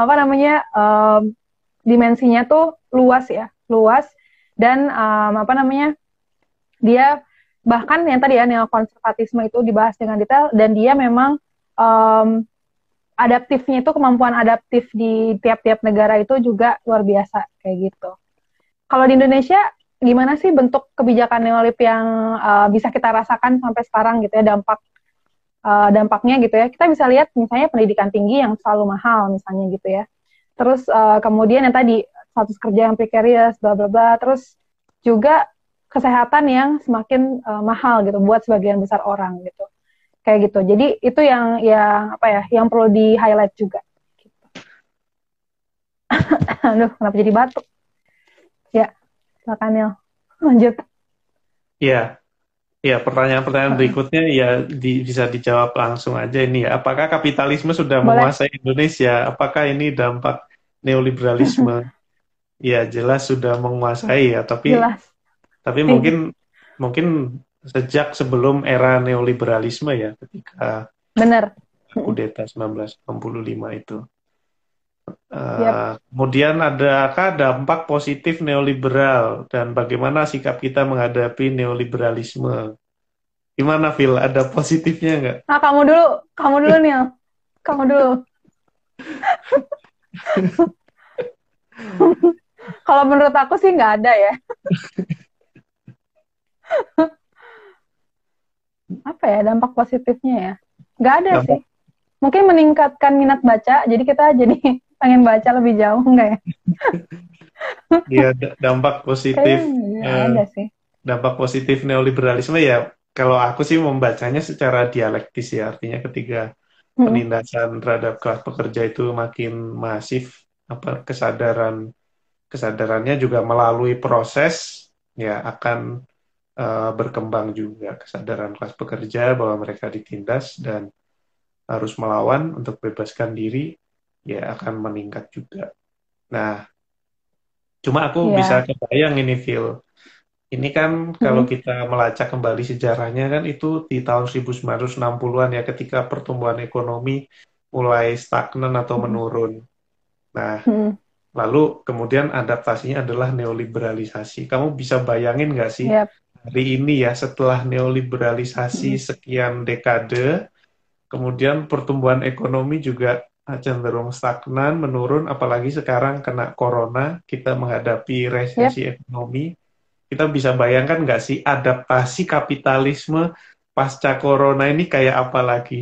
dimensinya tuh luas ya, luas dan dia bahkan yang tadi ya neokonservatisme itu dibahas dengan detail dan dia memang adaptifnya itu kemampuan adaptif di tiap-tiap negara itu juga luar biasa kayak gitu. Kalau di Indonesia gimana sih bentuk kebijakan neolib yang bisa kita rasakan sampai sekarang gitu ya dampaknya gitu ya. Kita bisa lihat misalnya pendidikan tinggi yang selalu mahal misalnya gitu ya. Terus kemudian yang tadi status kerja yang precarious bla bla bla. Terus juga kesehatan yang semakin mahal gitu buat sebagian besar orang gitu. Kayak gitu. Jadi itu yang yang perlu di highlight juga. Gitu. Aduh, kenapa jadi batuk? Ya, silakan Nil. Lanjut. ya, ya pertanyaan-pertanyaan berikutnya ya bisa dijawab langsung aja ini ya. Apakah kapitalisme sudah Boleh. menguasai Indonesia? Apakah ini dampak neoliberalisme? Ya jelas sudah menguasai ya, Jelas. tapi mungkin sejak sebelum era neoliberalisme ya, ketika Benar. kudeta 1965 itu. Yep. Kemudian adakah dampak positif neoliberal dan bagaimana sikap kita menghadapi neoliberalisme? Gimana, Phil? Ada positifnya nggak? Nah, kamu dulu Nil. Kamu dulu. Kalau menurut aku sih nggak ada ya. Apa ya dampak positifnya ya? Nggak ada sih. Mungkin meningkatkan minat baca, jadi kita jadi pengen baca lebih jauh, enggak ya? Ya, dampak positif. Ada sih. Dampak positif neoliberalisme ya, kalau aku sih membacanya secara dialektis ya, artinya ketika penindasan terhadap kelas pekerja itu makin masif, kesadarannya juga melalui proses ya akan berkembang juga kesadaran kelas pekerja bahwa mereka ditindas dan harus melawan untuk bebaskan diri, ya akan meningkat juga. Nah, cuma aku bisa kebayang ini, Phil. Ini kan kalau kita melacak kembali sejarahnya kan itu di tahun 1960-an ya, ketika pertumbuhan ekonomi mulai stagnan atau menurun. Nah, lalu kemudian adaptasinya adalah neoliberalisasi. Kamu bisa bayangin nggak sih hari ini ya, setelah neoliberalisasi sekian dekade, kemudian pertumbuhan ekonomi juga cenderung stagnan, menurun, apalagi sekarang kena corona, kita menghadapi resesi ekonomi. Kita bisa bayangkan nggak sih adaptasi kapitalisme pasca corona ini kayak apa lagi?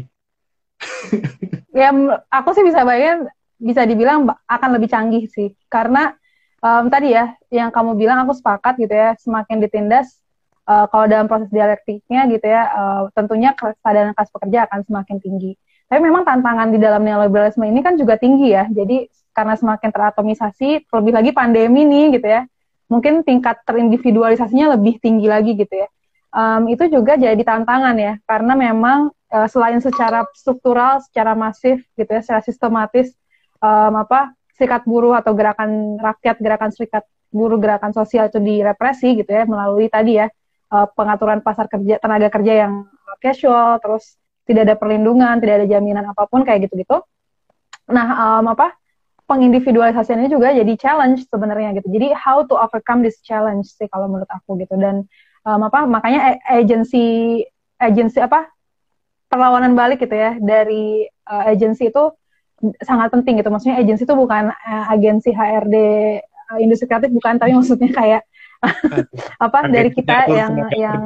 Ya, aku sih bisa bayangin, bisa dibilang akan lebih canggih sih. Karena tadi ya, yang kamu bilang aku sepakat gitu ya, semakin ditindas, kalau dalam proses dialektiknya gitu ya, tentunya kesadaran kelas pekerja akan semakin tinggi. Tapi memang tantangan di dalam neoliberalisme ini kan juga tinggi ya, jadi karena semakin teratomisasi, terlebih lagi pandemi nih gitu ya, mungkin tingkat terindividualisasinya lebih tinggi lagi gitu ya. Itu juga jadi tantangan ya, karena memang selain secara struktural, secara masif gitu ya, secara sistematis, serikat buruh atau gerakan rakyat, gerakan serikat buruh, gerakan sosial itu direpresi gitu ya, melalui tadi ya, pengaturan pasar kerja, tenaga kerja yang casual, terus tidak ada perlindungan, tidak ada jaminan apapun kayak gitu-gitu. Nah, pengindividualisasiannya juga jadi challenge sebenarnya gitu. Jadi how to overcome this challenge sih kalau menurut aku gitu. Dan makanya agensi perlawanan balik gitu ya dari agensi itu sangat penting gitu. Maksudnya agensi itu bukan agensi HRD industri kreatif, bukan, tapi maksudnya kayak dari kita yang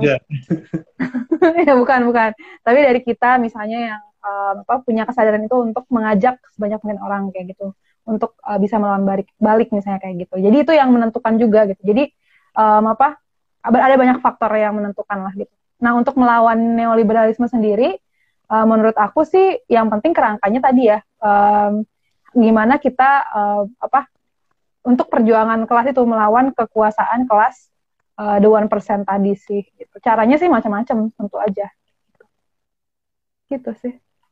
ya bukan, tapi dari kita misalnya yang punya kesadaran itu untuk mengajak sebanyak mungkin orang kayak gitu untuk bisa melawan balik misalnya kayak gitu. Jadi itu yang menentukan juga gitu. Jadi ada banyak faktor yang menentukan lah gitu. Nah, untuk melawan neoliberalisme sendiri, menurut aku sih yang penting kerangkanya tadi ya, gimana kita untuk perjuangan kelas itu melawan kekuasaan kelas the 1% tadi sih gitu. Caranya sih macam-macam tentu aja gitu sih.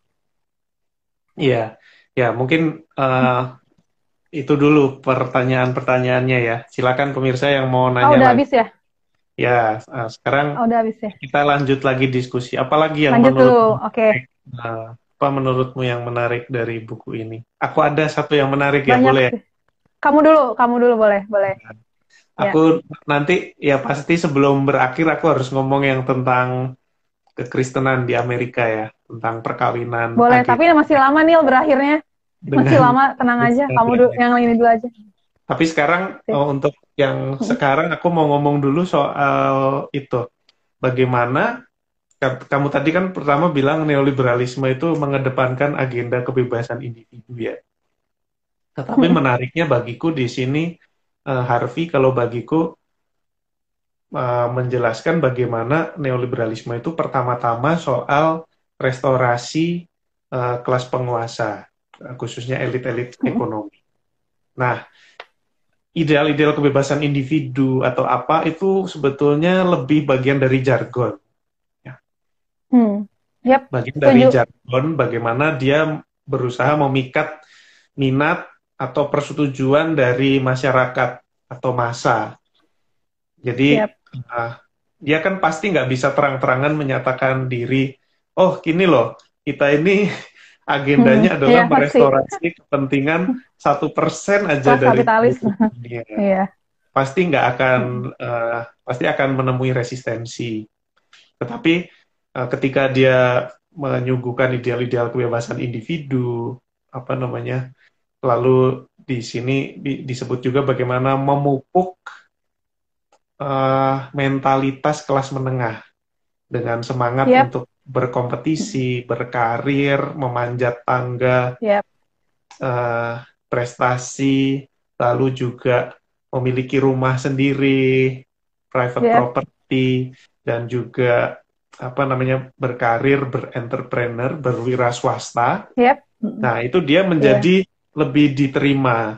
Iya, ya mungkin itu dulu pertanyaan-pertanyaannya ya. Silakan pemirsa yang mau nanya udah lagi. habis ya? Ya, sekarang udah habis ya? kita lanjut lagi diskusi. Apalagi yang lanjut dulu, oke. Apa menurutmu yang menarik dari buku ini? Aku ada satu yang menarik ya, Banyak boleh? Sih. Kamu dulu boleh. Aku nanti ya pasti sebelum berakhir aku harus ngomong yang tentang kekristenan di Amerika ya, tentang perkawinan. Boleh, tapi masih lama Nil berakhirnya. Masih lama, tenang aja. Kamu yang ini dulu aja. Tapi sekarang untuk yang sekarang aku mau ngomong dulu soal itu. Bagaimana kamu tadi kan pertama bilang neoliberalisme itu mengedepankan agenda kebebasan individu ya. Tetapi menariknya bagiku di sini Harvey, kalau bagiku menjelaskan bagaimana neoliberalisme itu pertama-tama soal restorasi kelas penguasa, khususnya elit-elit ekonomi. Nah, ideal-ideal kebebasan individu atau apa itu sebetulnya lebih bagian dari jargon. Ya. Bagian dari jargon, bagaimana dia berusaha memikat minat atau persetujuan dari masyarakat atau massa. Jadi dia kan pasti nggak bisa terang-terangan menyatakan diri, oh gini loh, kita ini agendanya adalah merestorasi kepentingan 1% aja dari dunia. Pasti nggak akan, pasti akan menemui resistensi. Tetapi ketika dia menyuguhkan ideal-ideal kebebasan individu, lalu di sini disebut juga bagaimana memupuk mentalitas kelas menengah dengan semangat untuk berkompetisi, berkarir, memanjat tangga, prestasi, lalu juga memiliki rumah sendiri, private property, dan juga berkarir, berentrepreneur, berwira swasta. Nah, itu dia menjadi lebih diterima.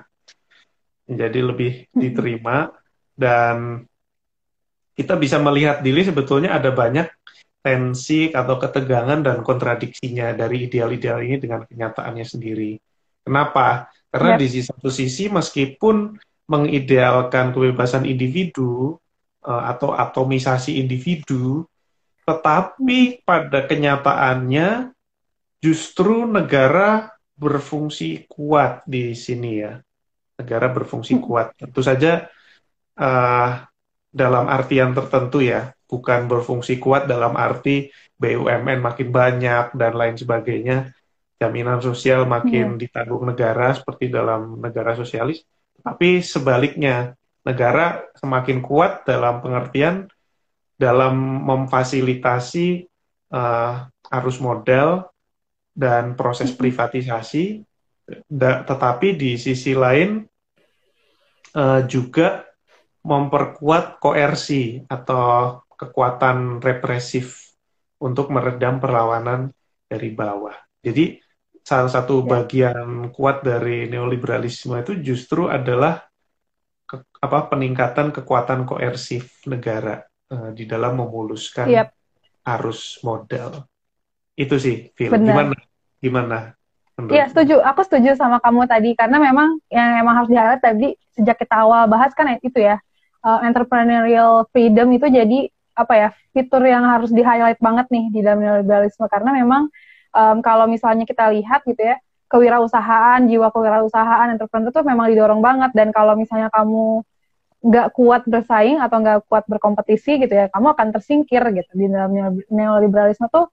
Dan kita bisa melihat diri sebetulnya ada banyak tensi atau ketegangan dan kontradiksinya dari ideal-ideal ini dengan kenyataannya sendiri. Kenapa? Karena di satu sisi meskipun mengidealkan kebebasan individu atau atomisasi individu, tetapi pada kenyataannya justru negara berfungsi kuat di sini ya. Negara berfungsi kuat. Tentu saja dalam artian tertentu ya, bukan berfungsi kuat dalam arti BUMN makin banyak dan lain sebagainya, jaminan sosial makin ditanggung negara seperti dalam negara sosialis, tapi sebaliknya, negara semakin kuat dalam pengertian dalam memfasilitasi arus modal dan proses privatisasi, tetapi di sisi lain juga memperkuat koersi atau kekuatan represif untuk meredam perlawanan dari bawah. Jadi salah satu bagian kuat dari neoliberalisme itu justru adalah peningkatan kekuatan koersif negara di dalam memuluskan arus modal. Itu sih, Phil. Gimana? Iya, setuju. Aku setuju sama kamu tadi karena memang yang emang harus di-highlight tadi sejak kita awal bahas kan itu ya, entrepreneurial freedom itu jadi fitur yang harus di-highlight banget nih di dalam neoliberalisme karena memang kalau misalnya kita lihat gitu ya, kewirausahaan, jiwa kewirausahaan, entrepreneur itu memang didorong banget dan kalau misalnya kamu nggak kuat bersaing atau nggak kuat berkompetisi gitu ya, kamu akan tersingkir gitu di dalam neoliberalisme tuh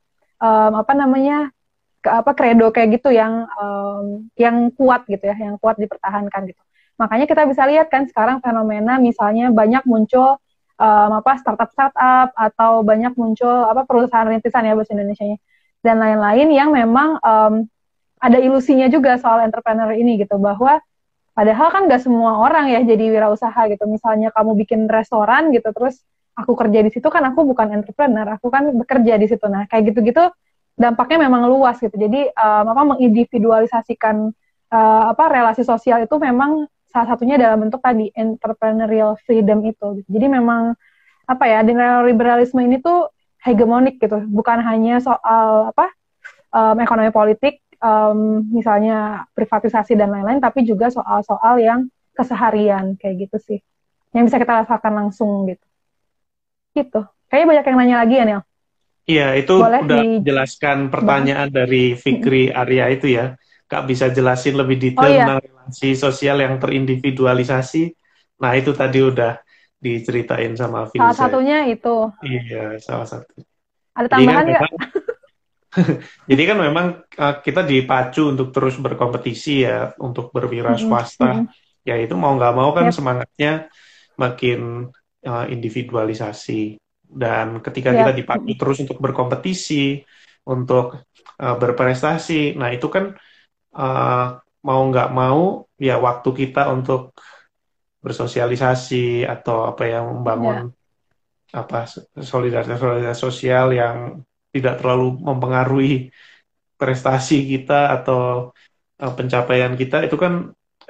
kredo kayak gitu yang kuat gitu ya, yang kuat dipertahankan gitu. Makanya kita bisa lihat kan sekarang fenomena misalnya banyak muncul startup atau banyak muncul perusahaan rintisan ya bahasa Indonesianya dan lain-lain yang memang ada ilusinya juga soal entrepreneur ini gitu bahwa padahal kan nggak semua orang ya jadi wirausaha gitu. Misalnya kamu bikin restoran gitu terus aku kerja di situ kan aku bukan entrepreneur, aku kan bekerja di situ. Nah kayak gitu-gitu dampaknya memang luas gitu. Jadi mengindividualisasikan relasi sosial itu memang salah satunya dalam bentuk tadi entrepreneurial freedom itu. Jadi memang di neoliberalisme ini tuh hegemonik gitu, bukan hanya soal ekonomi politik, misalnya privatisasi dan lain-lain, tapi juga soal-soal yang keseharian kayak gitu sih, yang bisa kita rasakan langsung gitu. Gitu. Kayaknya banyak yang nanya lagi ya, Nel. Iya, itu boleh udah dijelaskan pertanyaan dari Fikri Arya itu ya. Kak bisa jelasin lebih detail tentang relasi sosial yang terindividualisasi. Nah, itu tadi udah diceritain sama Filza. Salah satunya itu. Iya, salah satu. Ada tambahan nggak? Jadi kan memang kita dipacu untuk terus berkompetisi ya, untuk berwira swasta. Ya itu mau nggak mau kan semangatnya makin individualisasi. Dan ketika kita dipacu terus untuk berkompetisi, untuk berprestasi, nah itu kan mau nggak mau ya waktu kita untuk bersosialisasi atau membangun solidaritas sosial yang tidak terlalu mempengaruhi prestasi kita atau pencapaian kita itu kan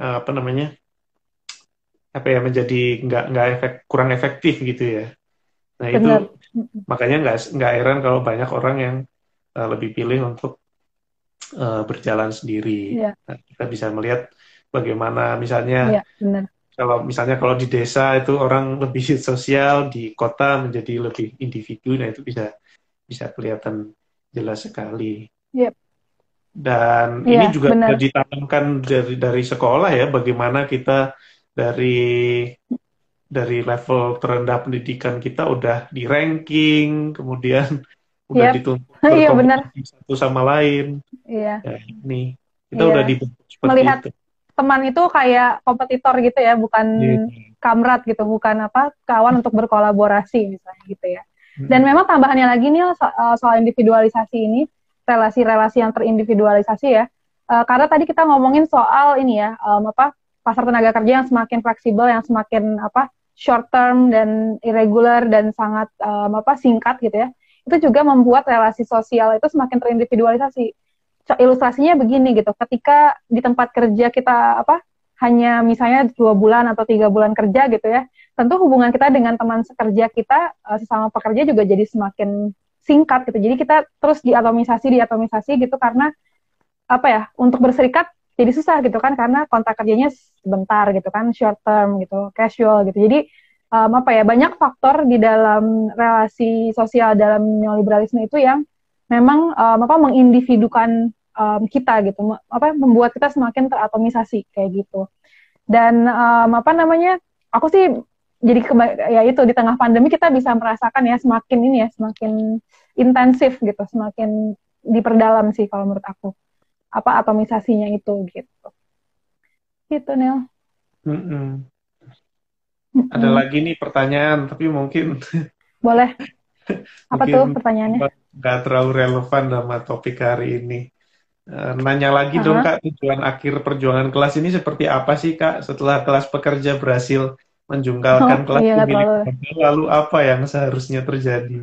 menjadi kurang efektif gitu ya. Nah itu makanya nggak heran kalau banyak orang yang lebih pilih untuk berjalan sendiri. Nah, kita bisa melihat bagaimana misalnya kalau di desa itu orang lebih sosial, di kota menjadi lebih individu. Nah itu bisa kelihatan jelas sekali. Dan ini juga ditanamkan dari sekolah ya, bagaimana kita dari level terendah pendidikan kita udah di ranking, kemudian udah dituntut berkompetisi satu sama lain. Iya. Nah, ini kita udah dibentuk seperti melihat itu. Teman itu kayak kompetitor gitu ya, bukan kamrat gitu, bukan kawan untuk berkolaborasi misalnya gitu ya. Dan memang tambahannya lagi nih soal individualisasi ini, relasi-relasi yang terindividualisasi ya. Karena tadi kita ngomongin soal ini ya, pasar tenaga kerja yang semakin fleksibel, yang semakin short term dan irregular dan sangat singkat gitu ya. Itu juga membuat relasi sosial itu semakin terindividualisasi. Ilustrasinya begini gitu, ketika di tempat kerja kita hanya misalnya 2 bulan atau 3 bulan kerja gitu ya, tentu hubungan kita dengan teman sekerja kita sesama pekerja juga jadi semakin singkat gitu. Jadi kita terus diatomisasi gitu karena untuk berserikat jadi susah gitu kan, karena kontrak kerjanya sebentar gitu kan, short term gitu, casual gitu. Jadi banyak faktor di dalam relasi sosial dalam neoliberalisme itu yang memang mengindividukan kita gitu, membuat kita semakin teratomisasi kayak gitu. Dan aku sih jadi ya itu di tengah pandemi kita bisa merasakan ya semakin intensif gitu, semakin diperdalam sih kalau menurut aku atomisasinya itu gitu Nel. Ada lagi nih pertanyaan, tapi mungkin boleh. Apa tuh pertanyaannya? Nggak terlalu relevan sama topik hari ini. Nanya lagi dong Aha. Kak, tujuan akhir perjuangan kelas ini seperti apa sih Kak? Setelah kelas pekerja berhasil Oh menjungkalkan kelas iya nggak pemilik terlalu. modal, lalu apa yang seharusnya terjadi?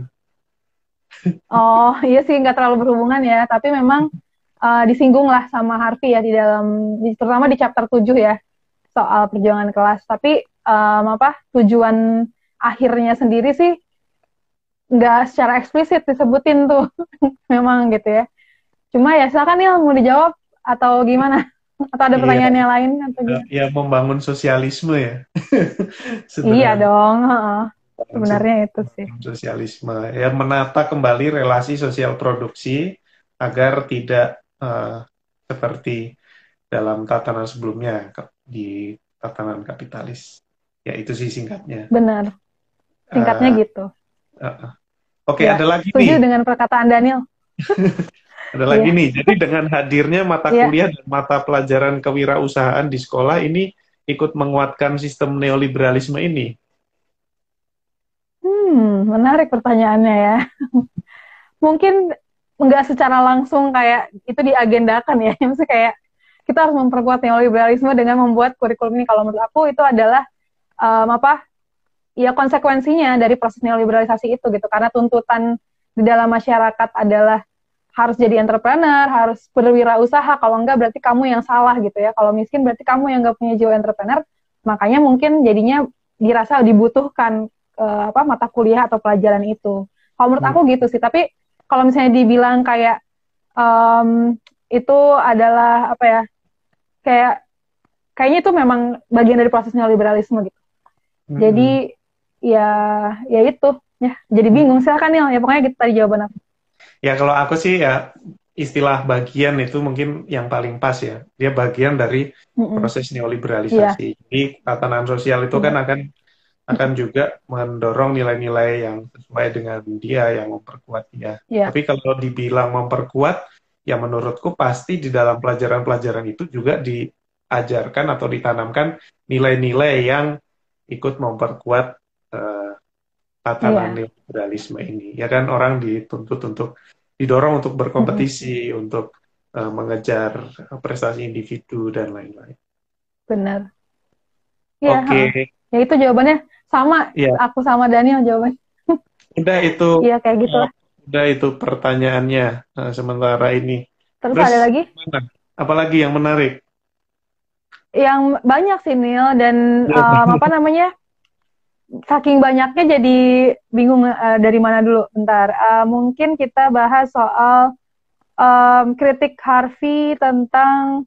Oh iya sih nggak terlalu berhubungan ya. Tapi memang disinggung lah sama Harvey ya di dalam, terutama di chapter 7 ya soal perjuangan kelas. Tapi apa tujuan akhirnya sendiri sih nggak secara eksplisit disebutin tuh memang gitu ya. Cuma ya silakan Nil mau dijawab atau gimana? Atau ada Iya, pertanyaan yang lain atau gimana? ya membangun sosialisme ya. Iya Sebenarnya dong, heeh. membangun Sebenarnya itu sih. sosialisme ya, menata kembali relasi sosial produksi agar tidak seperti dalam tatanan sebelumnya di tatanan kapitalis. Ya itu sih singkatnya. Benar. Singkatnya Eh, gitu. Oke, Ya, ada lagi setuju nih. dengan perkataan Daniel. Ada lagi Iya, nih. Jadi dengan hadirnya mata iya. kuliah dan mata pelajaran kewirausahaan di sekolah ini ikut menguatkan sistem neoliberalisme ini. Menarik pertanyaannya ya. Mungkin nggak secara langsung kayak itu diagendakan ya. Maksudnya kayak kita harus memperkuat neoliberalisme dengan membuat kurikulum ini. Kalau menurut aku itu adalah apa? Ya konsekuensinya dari proses neoliberalisasi itu gitu. Karena tuntutan di dalam masyarakat adalah harus jadi entrepreneur, harus berwirausaha. Kalau enggak berarti kamu yang salah gitu ya. Kalau miskin berarti kamu yang nggak punya jiwa entrepreneur. Makanya mungkin jadinya dirasa dibutuhkan mata kuliah atau pelajaran itu. Kalau menurut Hmm. aku gitu sih. Tapi kalau misalnya dibilang kayak itu adalah apa ya? Kayak kayaknya itu memang bagian dari proses neoliberalisme gitu. Hmm. Jadi ya ya itu ya jadi bingung. Silakan Nil ya pokoknya gitu tadi jawaban aku. Ya kalau aku sih ya istilah bagian itu mungkin yang paling pas ya. Dia bagian dari Mm-mm. proses Iya, neoliberalisasi. Jadi tatanan sosial itu kan benar. akan juga mendorong nilai-nilai yang sesuai dengan dia, yang memperkuat dia. Iya, Tapi kalau dibilang memperkuat, ya menurutku pasti di dalam pelajaran-pelajaran itu juga diajarkan atau ditanamkan nilai-nilai yang ikut memperkuat eh, tatanan iya. neoliberalisme ini. Ya kan orang dituntut untuk didorong untuk Mm-mm. berkompetisi, untuk mengejar prestasi individu dan lain-lain. Benar. Iya, Oke, heeh. Ya itu jawabannya sama, ya aku sama Daniel jawabannya. udah itu Iya, kayak eh, gitulah. udah itu pertanyaannya sementara ini. Terus Terus ada lagi gimana? Apalagi yang menarik? yang banyak sih Nil dan apa namanya? Saking banyaknya jadi bingung dari mana dulu. Bentar. Mungkin kita bahas soal kritik Harvey tentang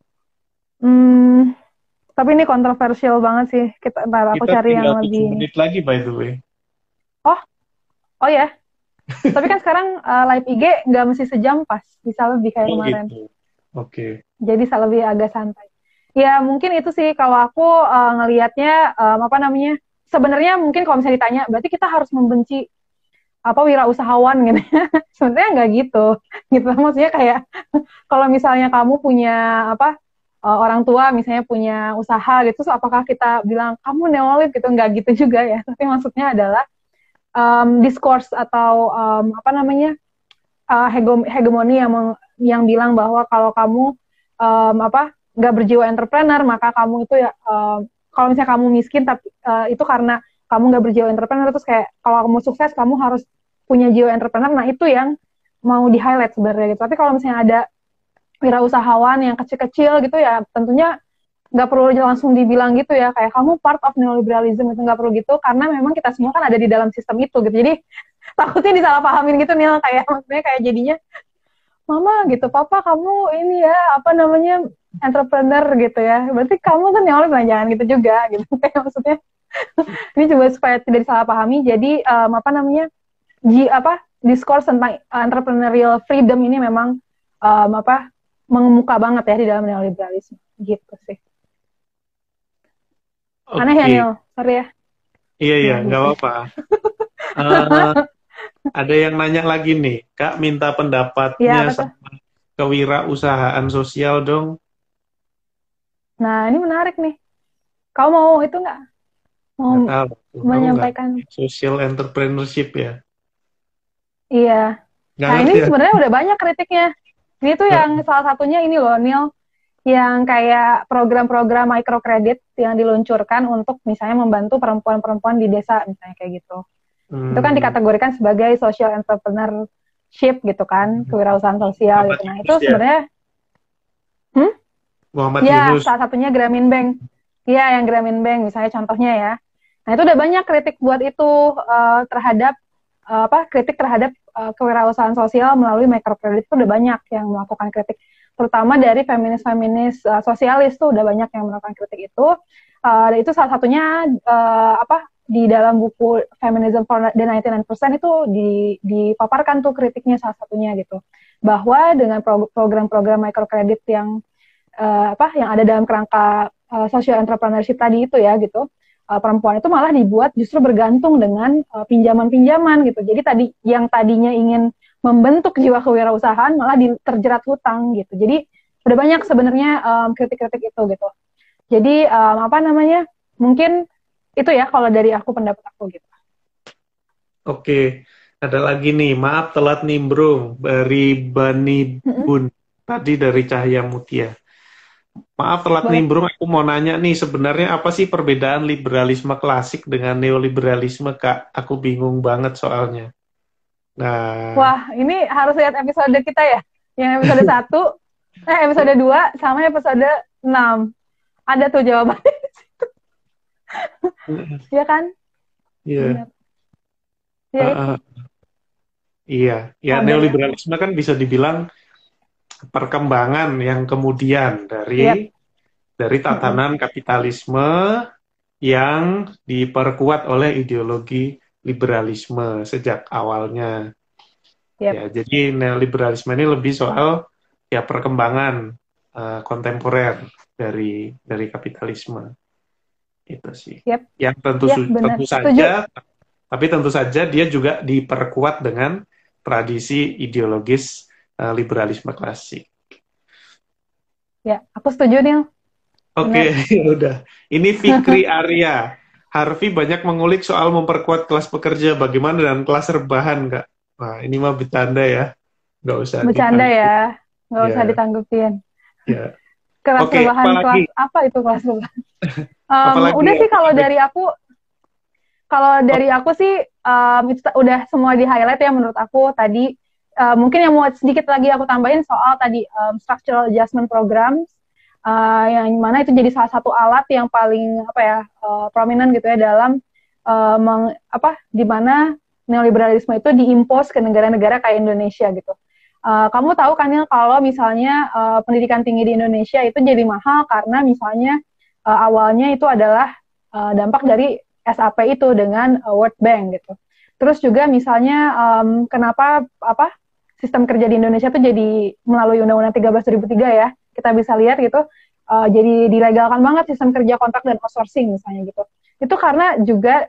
hmm, tapi ini kontroversial banget sih. Ntar aku Kita cari tinggal yang 7 lebih ini. menit lagi by the way. Oh, oh ya. Tapi kan sekarang live IG nggak mesti sejam pas, bisa lebih kayak Oh kemarin. gitu. Oke. Jadi lebih agak santai. Ya mungkin itu sih kalau aku ngelihatnya apa namanya. Sebenarnya mungkin kalau misalnya ditanya, berarti kita harus membenci apa wirausahawan gitu. Sebenarnya nggak gitu. Gitu maksudnya kayak kalau misalnya kamu punya apa orang tua misalnya punya usaha gitu, terus apakah kita bilang kamu neolib gitu? Nggak gitu juga ya. Tapi maksudnya adalah discourse atau apa namanya hegemoni yang bilang bahwa kalau kamu apa nggak berjiwa entrepreneur maka kamu itu ya kalau misalnya kamu miskin tapi itu karena kamu nggak berjiwa entrepreneur terus kayak kalau kamu sukses kamu harus punya jiwa entrepreneur. Nah itu yang mau di highlight sebenarnya gitu. Tapi kalau misalnya ada wirausahawan yang kecil-kecil gitu ya tentunya nggak perlu langsung dibilang gitu ya kayak kamu part of neoliberalism itu nggak perlu gitu karena memang kita semua kan ada di dalam sistem itu gitu. Jadi takutnya disalahpahamin gitu nih kayak maksudnya kayak jadinya mama gitu papa kamu ini ya apa namanya entrepreneur gitu ya berarti kamu kan neolib lah jangan gitu juga gitu kayak maksudnya ini coba supaya tidak disalahpahami jadi apa namanya apa discourse tentang entrepreneurial freedom ini memang apa mengemuka banget ya di dalam neoliberalisme gitu sih. Aneh ya Oke. Nil, sorry ya. Iya iya, Ya nggak gitu. apa-apa. Eh, ada yang nanya lagi nih, Kak minta Ya pendapatnya apa tuh? sama kewirausahaan sosial dong. Nah ini menarik nih. Kau mau itu nggak? Mau Nggak tahu, aku nggak menyampaikan? social entrepreneurship ya. Iya. Nggak Nah ini ngerti ya. sebenarnya udah banyak kritiknya. Ini tuh yang salah satunya ini loh, Neil, yang kayak program-program microcredit yang diluncurkan untuk misalnya membantu perempuan-perempuan di desa, misalnya kayak gitu. Itu kan dikategorikan sebagai social entrepreneurship gitu kan, kewirausahaan sosial Muhammad gitu. Nah, itu Yunus ya? sebenarnya Muhammad ya Yunus. salah satunya Grameen Bank. Ya, yang Grameen Bank misalnya contohnya ya. Nah, itu udah banyak kritik buat itu terhadap kritik terhadap kewirausahaan sosial melalui microcredit itu udah banyak yang melakukan kritik, terutama dari feminis-feminis sosialis tuh udah banyak yang melakukan kritik itu. Itu salah satunya di dalam buku Feminism for the 99% itu dipaparkan tuh kritiknya salah satunya gitu, bahwa dengan program-program microcredit yang yang ada dalam kerangka social entrepreneurship tadi itu ya gitu, perempuan itu malah dibuat justru bergantung dengan pinjaman-pinjaman gitu. Jadi yang tadinya ingin membentuk jiwa kewirausahaan malah terjerat hutang gitu. Jadi udah banyak sebenarnya kritik-kritik itu gitu. Jadi mungkin itu ya kalau dari aku, pendapat aku gitu. Oke, ada lagi nih, maaf telat nimbrung dari Bani Bun, tadi dari Cahaya Mutia. Maaf telat nimbrung, aku mau nanya nih, sebenarnya apa sih perbedaan liberalisme klasik dengan neoliberalisme, Kak? Aku bingung banget soalnya. Nah, wah, ini harus lihat episode kita ya, yang episode 1, episode 2, sama episode 6. Ada tuh jawabannya. Iya kan? iya. Ya, Iya, ya neoliberalisme kan bisa dibilang perkembangan yang kemudian dari tatanan kapitalisme yang diperkuat oleh ideologi liberalisme sejak awalnya. Ya, jadi neoliberalisme ini lebih soal ya perkembangan kontemporer dari kapitalisme. Itu sih. Yang tentu saja, tapi tentu saja dia juga diperkuat dengan tradisi ideologis liberalisme klasik. Ya, aku setuju nih. Oke, udah. Ini Fikri Arya. Harvey banyak mengulik soal memperkuat kelas pekerja. Bagaimana dengan kelas rebahan, Kak? Nah, ini mah bercanda ya. Nggak usah bercanda ya. Nggak usah ditanggepin. Ya. Kelas rebahan, kelas apa itu kelas rebahan? Udah sih kalau dari aku sih itu udah semua di highlight ya menurut aku tadi. Mungkin yang mau sedikit lagi aku tambahin soal tadi structural adjustment programs, yang mana itu jadi salah satu alat yang paling prominent gitu ya dalam di mana neoliberalisme itu diimpos ke negara-negara kayak Indonesia gitu. Kamu tahu kan ya kalau misalnya pendidikan tinggi di Indonesia itu jadi mahal karena misalnya awalnya itu adalah dampak dari SAP itu dengan World Bank gitu. Terus juga misalnya kenapa sistem kerja di Indonesia tuh jadi melalui Undang-Undang 13.2003 ya, kita bisa lihat gitu, jadi dilegalkan banget sistem kerja kontrak dan outsourcing misalnya gitu. Itu karena juga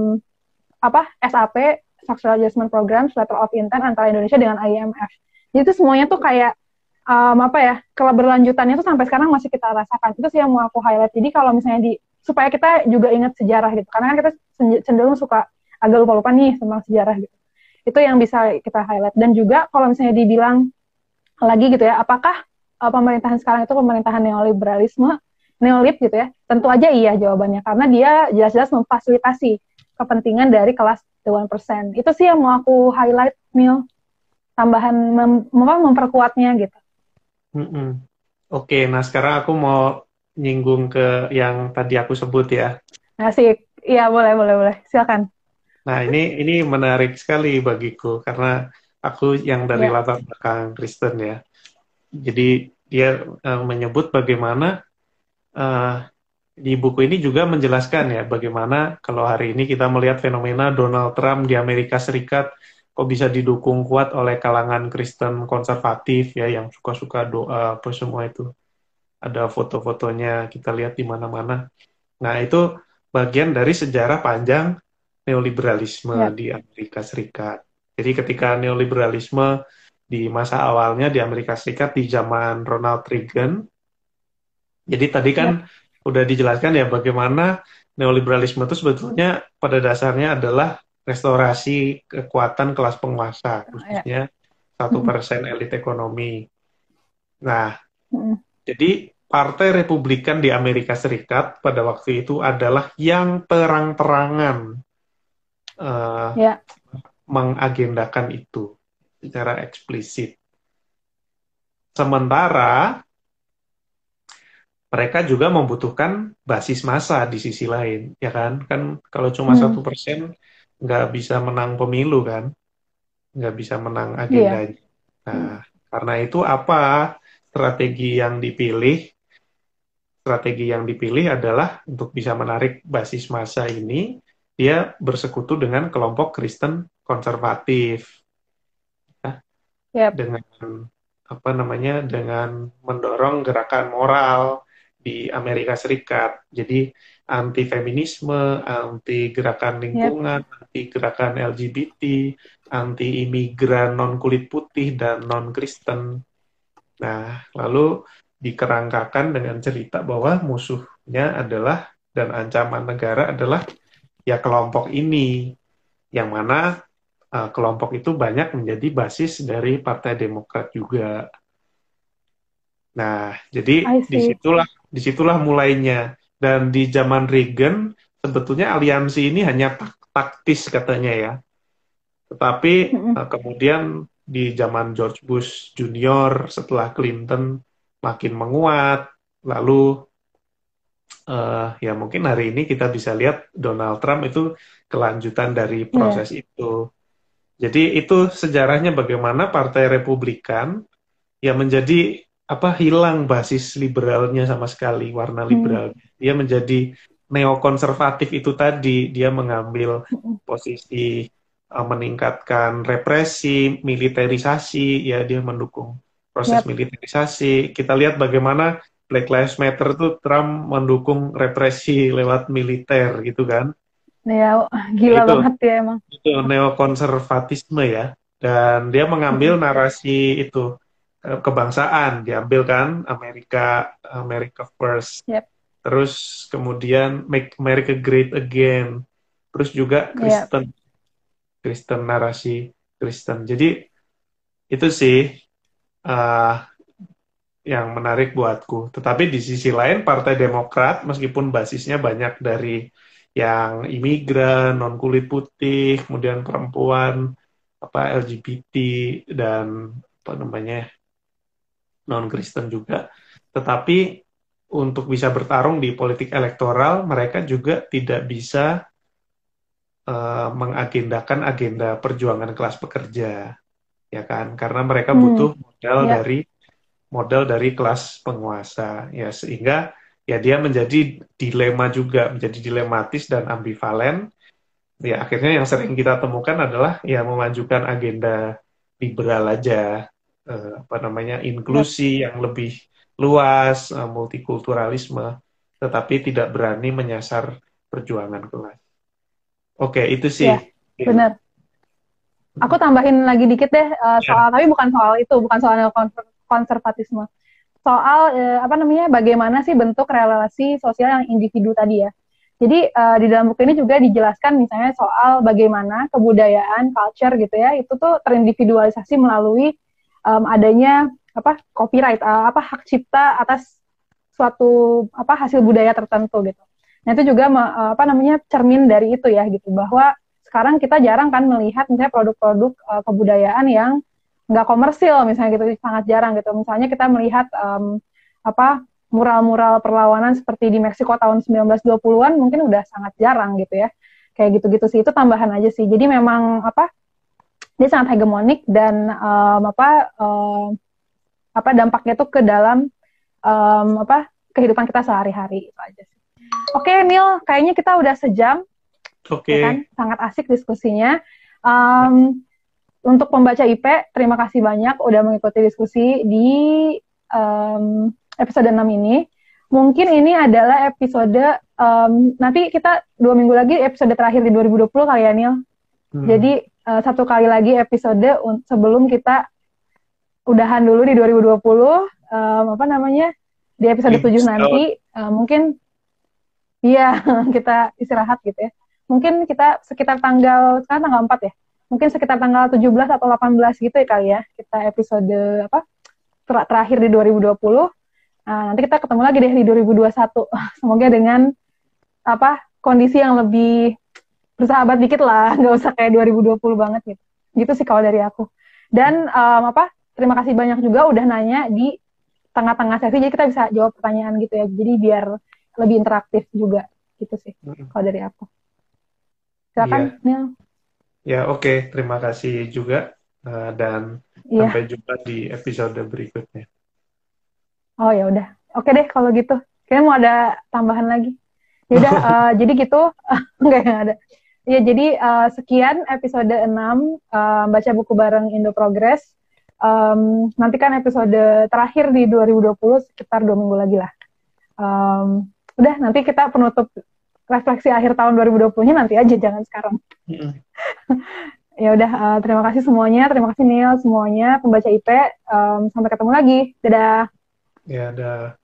SAP, Structural Adjustment Program, Letter of Intent antara Indonesia dengan IMF. Jadi itu semuanya tuh kayak keberlanjutannya tuh sampai sekarang masih kita rasakan. Itu sih yang mau aku highlight. Jadi kalau misalnya supaya kita juga ingat sejarah gitu, karena kan kita cenderung suka agak lupa-lupa nih tentang sejarah gitu. Itu yang bisa kita highlight. Dan juga kalau misalnya dibilang lagi gitu ya, apakah pemerintahan sekarang itu pemerintahan neoliberalisme, neolib gitu ya? Tentu aja iya jawabannya, karena dia jelas-jelas memfasilitasi kepentingan dari kelas Dewan Persen. Itu sih yang mau aku highlight, Neil. Tambahan memperkuatnya gitu. Oke, nah sekarang aku mau nyinggung ke yang tadi aku sebut ya. Asik. Iya, boleh. Silakan. Nah, ini menarik sekali bagiku karena aku yang dari latar belakang Kristen ya. Jadi dia menyebut bagaimana di buku ini juga menjelaskan ya bagaimana kalau hari ini kita melihat fenomena Donald Trump di Amerika Serikat kok bisa didukung kuat oleh kalangan Kristen konservatif ya yang suka-suka doa apa semua itu. Ada foto-fotonya kita lihat di mana-mana. Nah, itu bagian dari sejarah panjang neoliberalisme di Amerika Serikat. Jadi ketika neoliberalisme di masa awalnya di Amerika Serikat di zaman Ronald Reagan, jadi tadi kan udah dijelaskan ya bagaimana neoliberalisme itu sebetulnya pada dasarnya adalah restorasi kekuatan kelas penguasa, khususnya 1% elit ekonomi. Nah, Mm-mm. jadi Partai Republikan di Amerika Serikat pada waktu itu adalah yang terang-terangan eh, Ya. mengagendakan itu secara eksplisit. Sementara mereka juga membutuhkan basis massa di sisi lain, ya kan? Kan kalau cuma Hmm. 1% nggak bisa menang pemilu kan, nggak bisa menang Iya. agendanya. Nah, karena itu apa strategi yang dipilih? Strategi yang dipilih adalah untuk bisa menarik basis massa ini, dia bersekutu dengan kelompok Kristen konservatif, ya, Yep. dengan apa namanya, dengan mendorong gerakan moral di Amerika Serikat. Jadi anti feminisme, anti gerakan Yep. lingkungan, anti gerakan LGBT, anti imigran non kulit putih dan non Kristen. Nah, lalu dikerangkakan dengan cerita bahwa musuhnya adalah dan ancaman negara adalah ya kelompok ini, yang mana kelompok itu banyak menjadi basis dari Partai Demokrat juga. Nah, jadi I see. disitulah mulainya. Dan di zaman Reagan sebetulnya aliansi ini hanya taktis katanya ya. Tetapi Mm-mm. kemudian di zaman George Bush Junior setelah Clinton makin menguat, lalu ya mungkin hari ini kita bisa lihat Donald Trump itu kelanjutan dari Iya. proses itu. Jadi itu sejarahnya bagaimana Partai Republikan ya menjadi apa, hilang basis liberalnya sama sekali, warna Hmm. liberal. Dia menjadi neokonservatif itu tadi, dia mengambil Mm-mm. posisi meningkatkan represi, militerisasi, ya dia mendukung proses Yep. militerisasi. Kita lihat bagaimana Black Lives Matter itu Trump mendukung represi lewat militer gitu kan. Ya, Nah, gila itu banget ya emang. itu neokonservatisme ya, dan dia mengambil Mm-mm. narasi itu kebangsaan, diambil kan Amerika, America First, Yep. terus kemudian Make America Great Again, terus juga Yep. Kristen, Kristen, narasi Kristen. Jadi itu sih uh, yang menarik buatku. Tetapi di sisi lain Partai Demokrat meskipun basisnya banyak dari yang imigran, non kulit putih, kemudian perempuan, apa LGBT dan apa namanya, non Kristen juga. Tetapi untuk bisa bertarung di politik elektoral, mereka juga tidak bisa mengagendakan agenda perjuangan kelas pekerja, ya kan? Karena mereka Hmm. butuh Yep. modal dari kelas penguasa, ya sehingga ya dia menjadi dilema juga, menjadi dilematis dan ambivalen. Ya akhirnya yang sering kita temukan adalah ya memajukan agenda liberal aja, apa namanya, Yep. inklusi yang lebih luas, multikulturalisme, tetapi tidak berani menyasar perjuangan kelas. Oke, itu sih. Ya, benar. Aku tambahin lagi dikit deh Ya. soal, tapi bukan soal itu, bukan soal konservatisme. Soal apa namanya, bagaimana sih bentuk relasi sosial yang individu tadi ya. Jadi di dalam buku ini juga dijelaskan misalnya soal bagaimana kebudayaan, culture gitu ya, itu tuh terindividualisasi melalui adanya apa copyright, apa hak cipta atas suatu apa hasil budaya tertentu gitu. Nah itu juga apa namanya cermin dari itu ya gitu, bahwa sekarang kita jarang kan melihat misalnya produk-produk kebudayaan yang nggak komersil misalnya gitu, sangat jarang gitu. Misalnya kita melihat apa mural-mural perlawanan seperti di Meksiko tahun 1920-an mungkin udah sangat jarang gitu ya. Kayak gitu-gitu sih, itu tambahan aja sih. Jadi memang apa dia sangat hegemonik dan apa dampaknya tuh ke dalam apa kehidupan kita sehari-hari itu aja sih. Oke, Neil, kayaknya kita udah sejam, Oke. ya kan? Sangat asik diskusinya. Untuk pembaca IP, terima kasih banyak udah mengikuti diskusi di episode 6 ini. Mungkin ini adalah episode, nanti kita 2 minggu lagi episode terakhir di 2020 kali ya, Neil. Jadi, satu kali lagi episode sebelum kita udahan dulu di 2020, apa namanya, di episode 7 nanti, mungkin, iya, kita istirahat gitu ya. Mungkin kita sekitar sekarang tanggal 4 ya, mungkin sekitar tanggal 17 atau 18 gitu ya kali ya, kita episode apa terakhir di 2020. Nanti kita ketemu lagi deh di 2021. Semoga dengan kondisi yang lebih bersahabat dikit lah, nggak usah kayak 2020 banget gitu. Gitu sih kalau dari aku. Dan terima kasih banyak juga udah nanya di tengah-tengah sesi, jadi kita bisa jawab pertanyaan gitu ya. Jadi biar lebih interaktif juga gitu sih kalau dari aku. Silakan, Neil. Ya, oke. Terima kasih juga. Dan sampai jumpa di episode berikutnya. Oh ya udah, oke deh kalau gitu. Kayaknya mau ada tambahan lagi. Ya udah, jadi gitu. Enggak ada. Ya jadi sekian episode 6 baca buku bareng Indo Progress. Nantikan episode terakhir di 2020 sekitar 2 minggu lagi lah. Udah, nanti kita penutup refleksi akhir tahun 2020-nya nanti aja, jangan sekarang. Ya udah, terima kasih semuanya, terima kasih Neil semuanya, pembaca IP. Sampai ketemu lagi, dadah. Ya, dadah.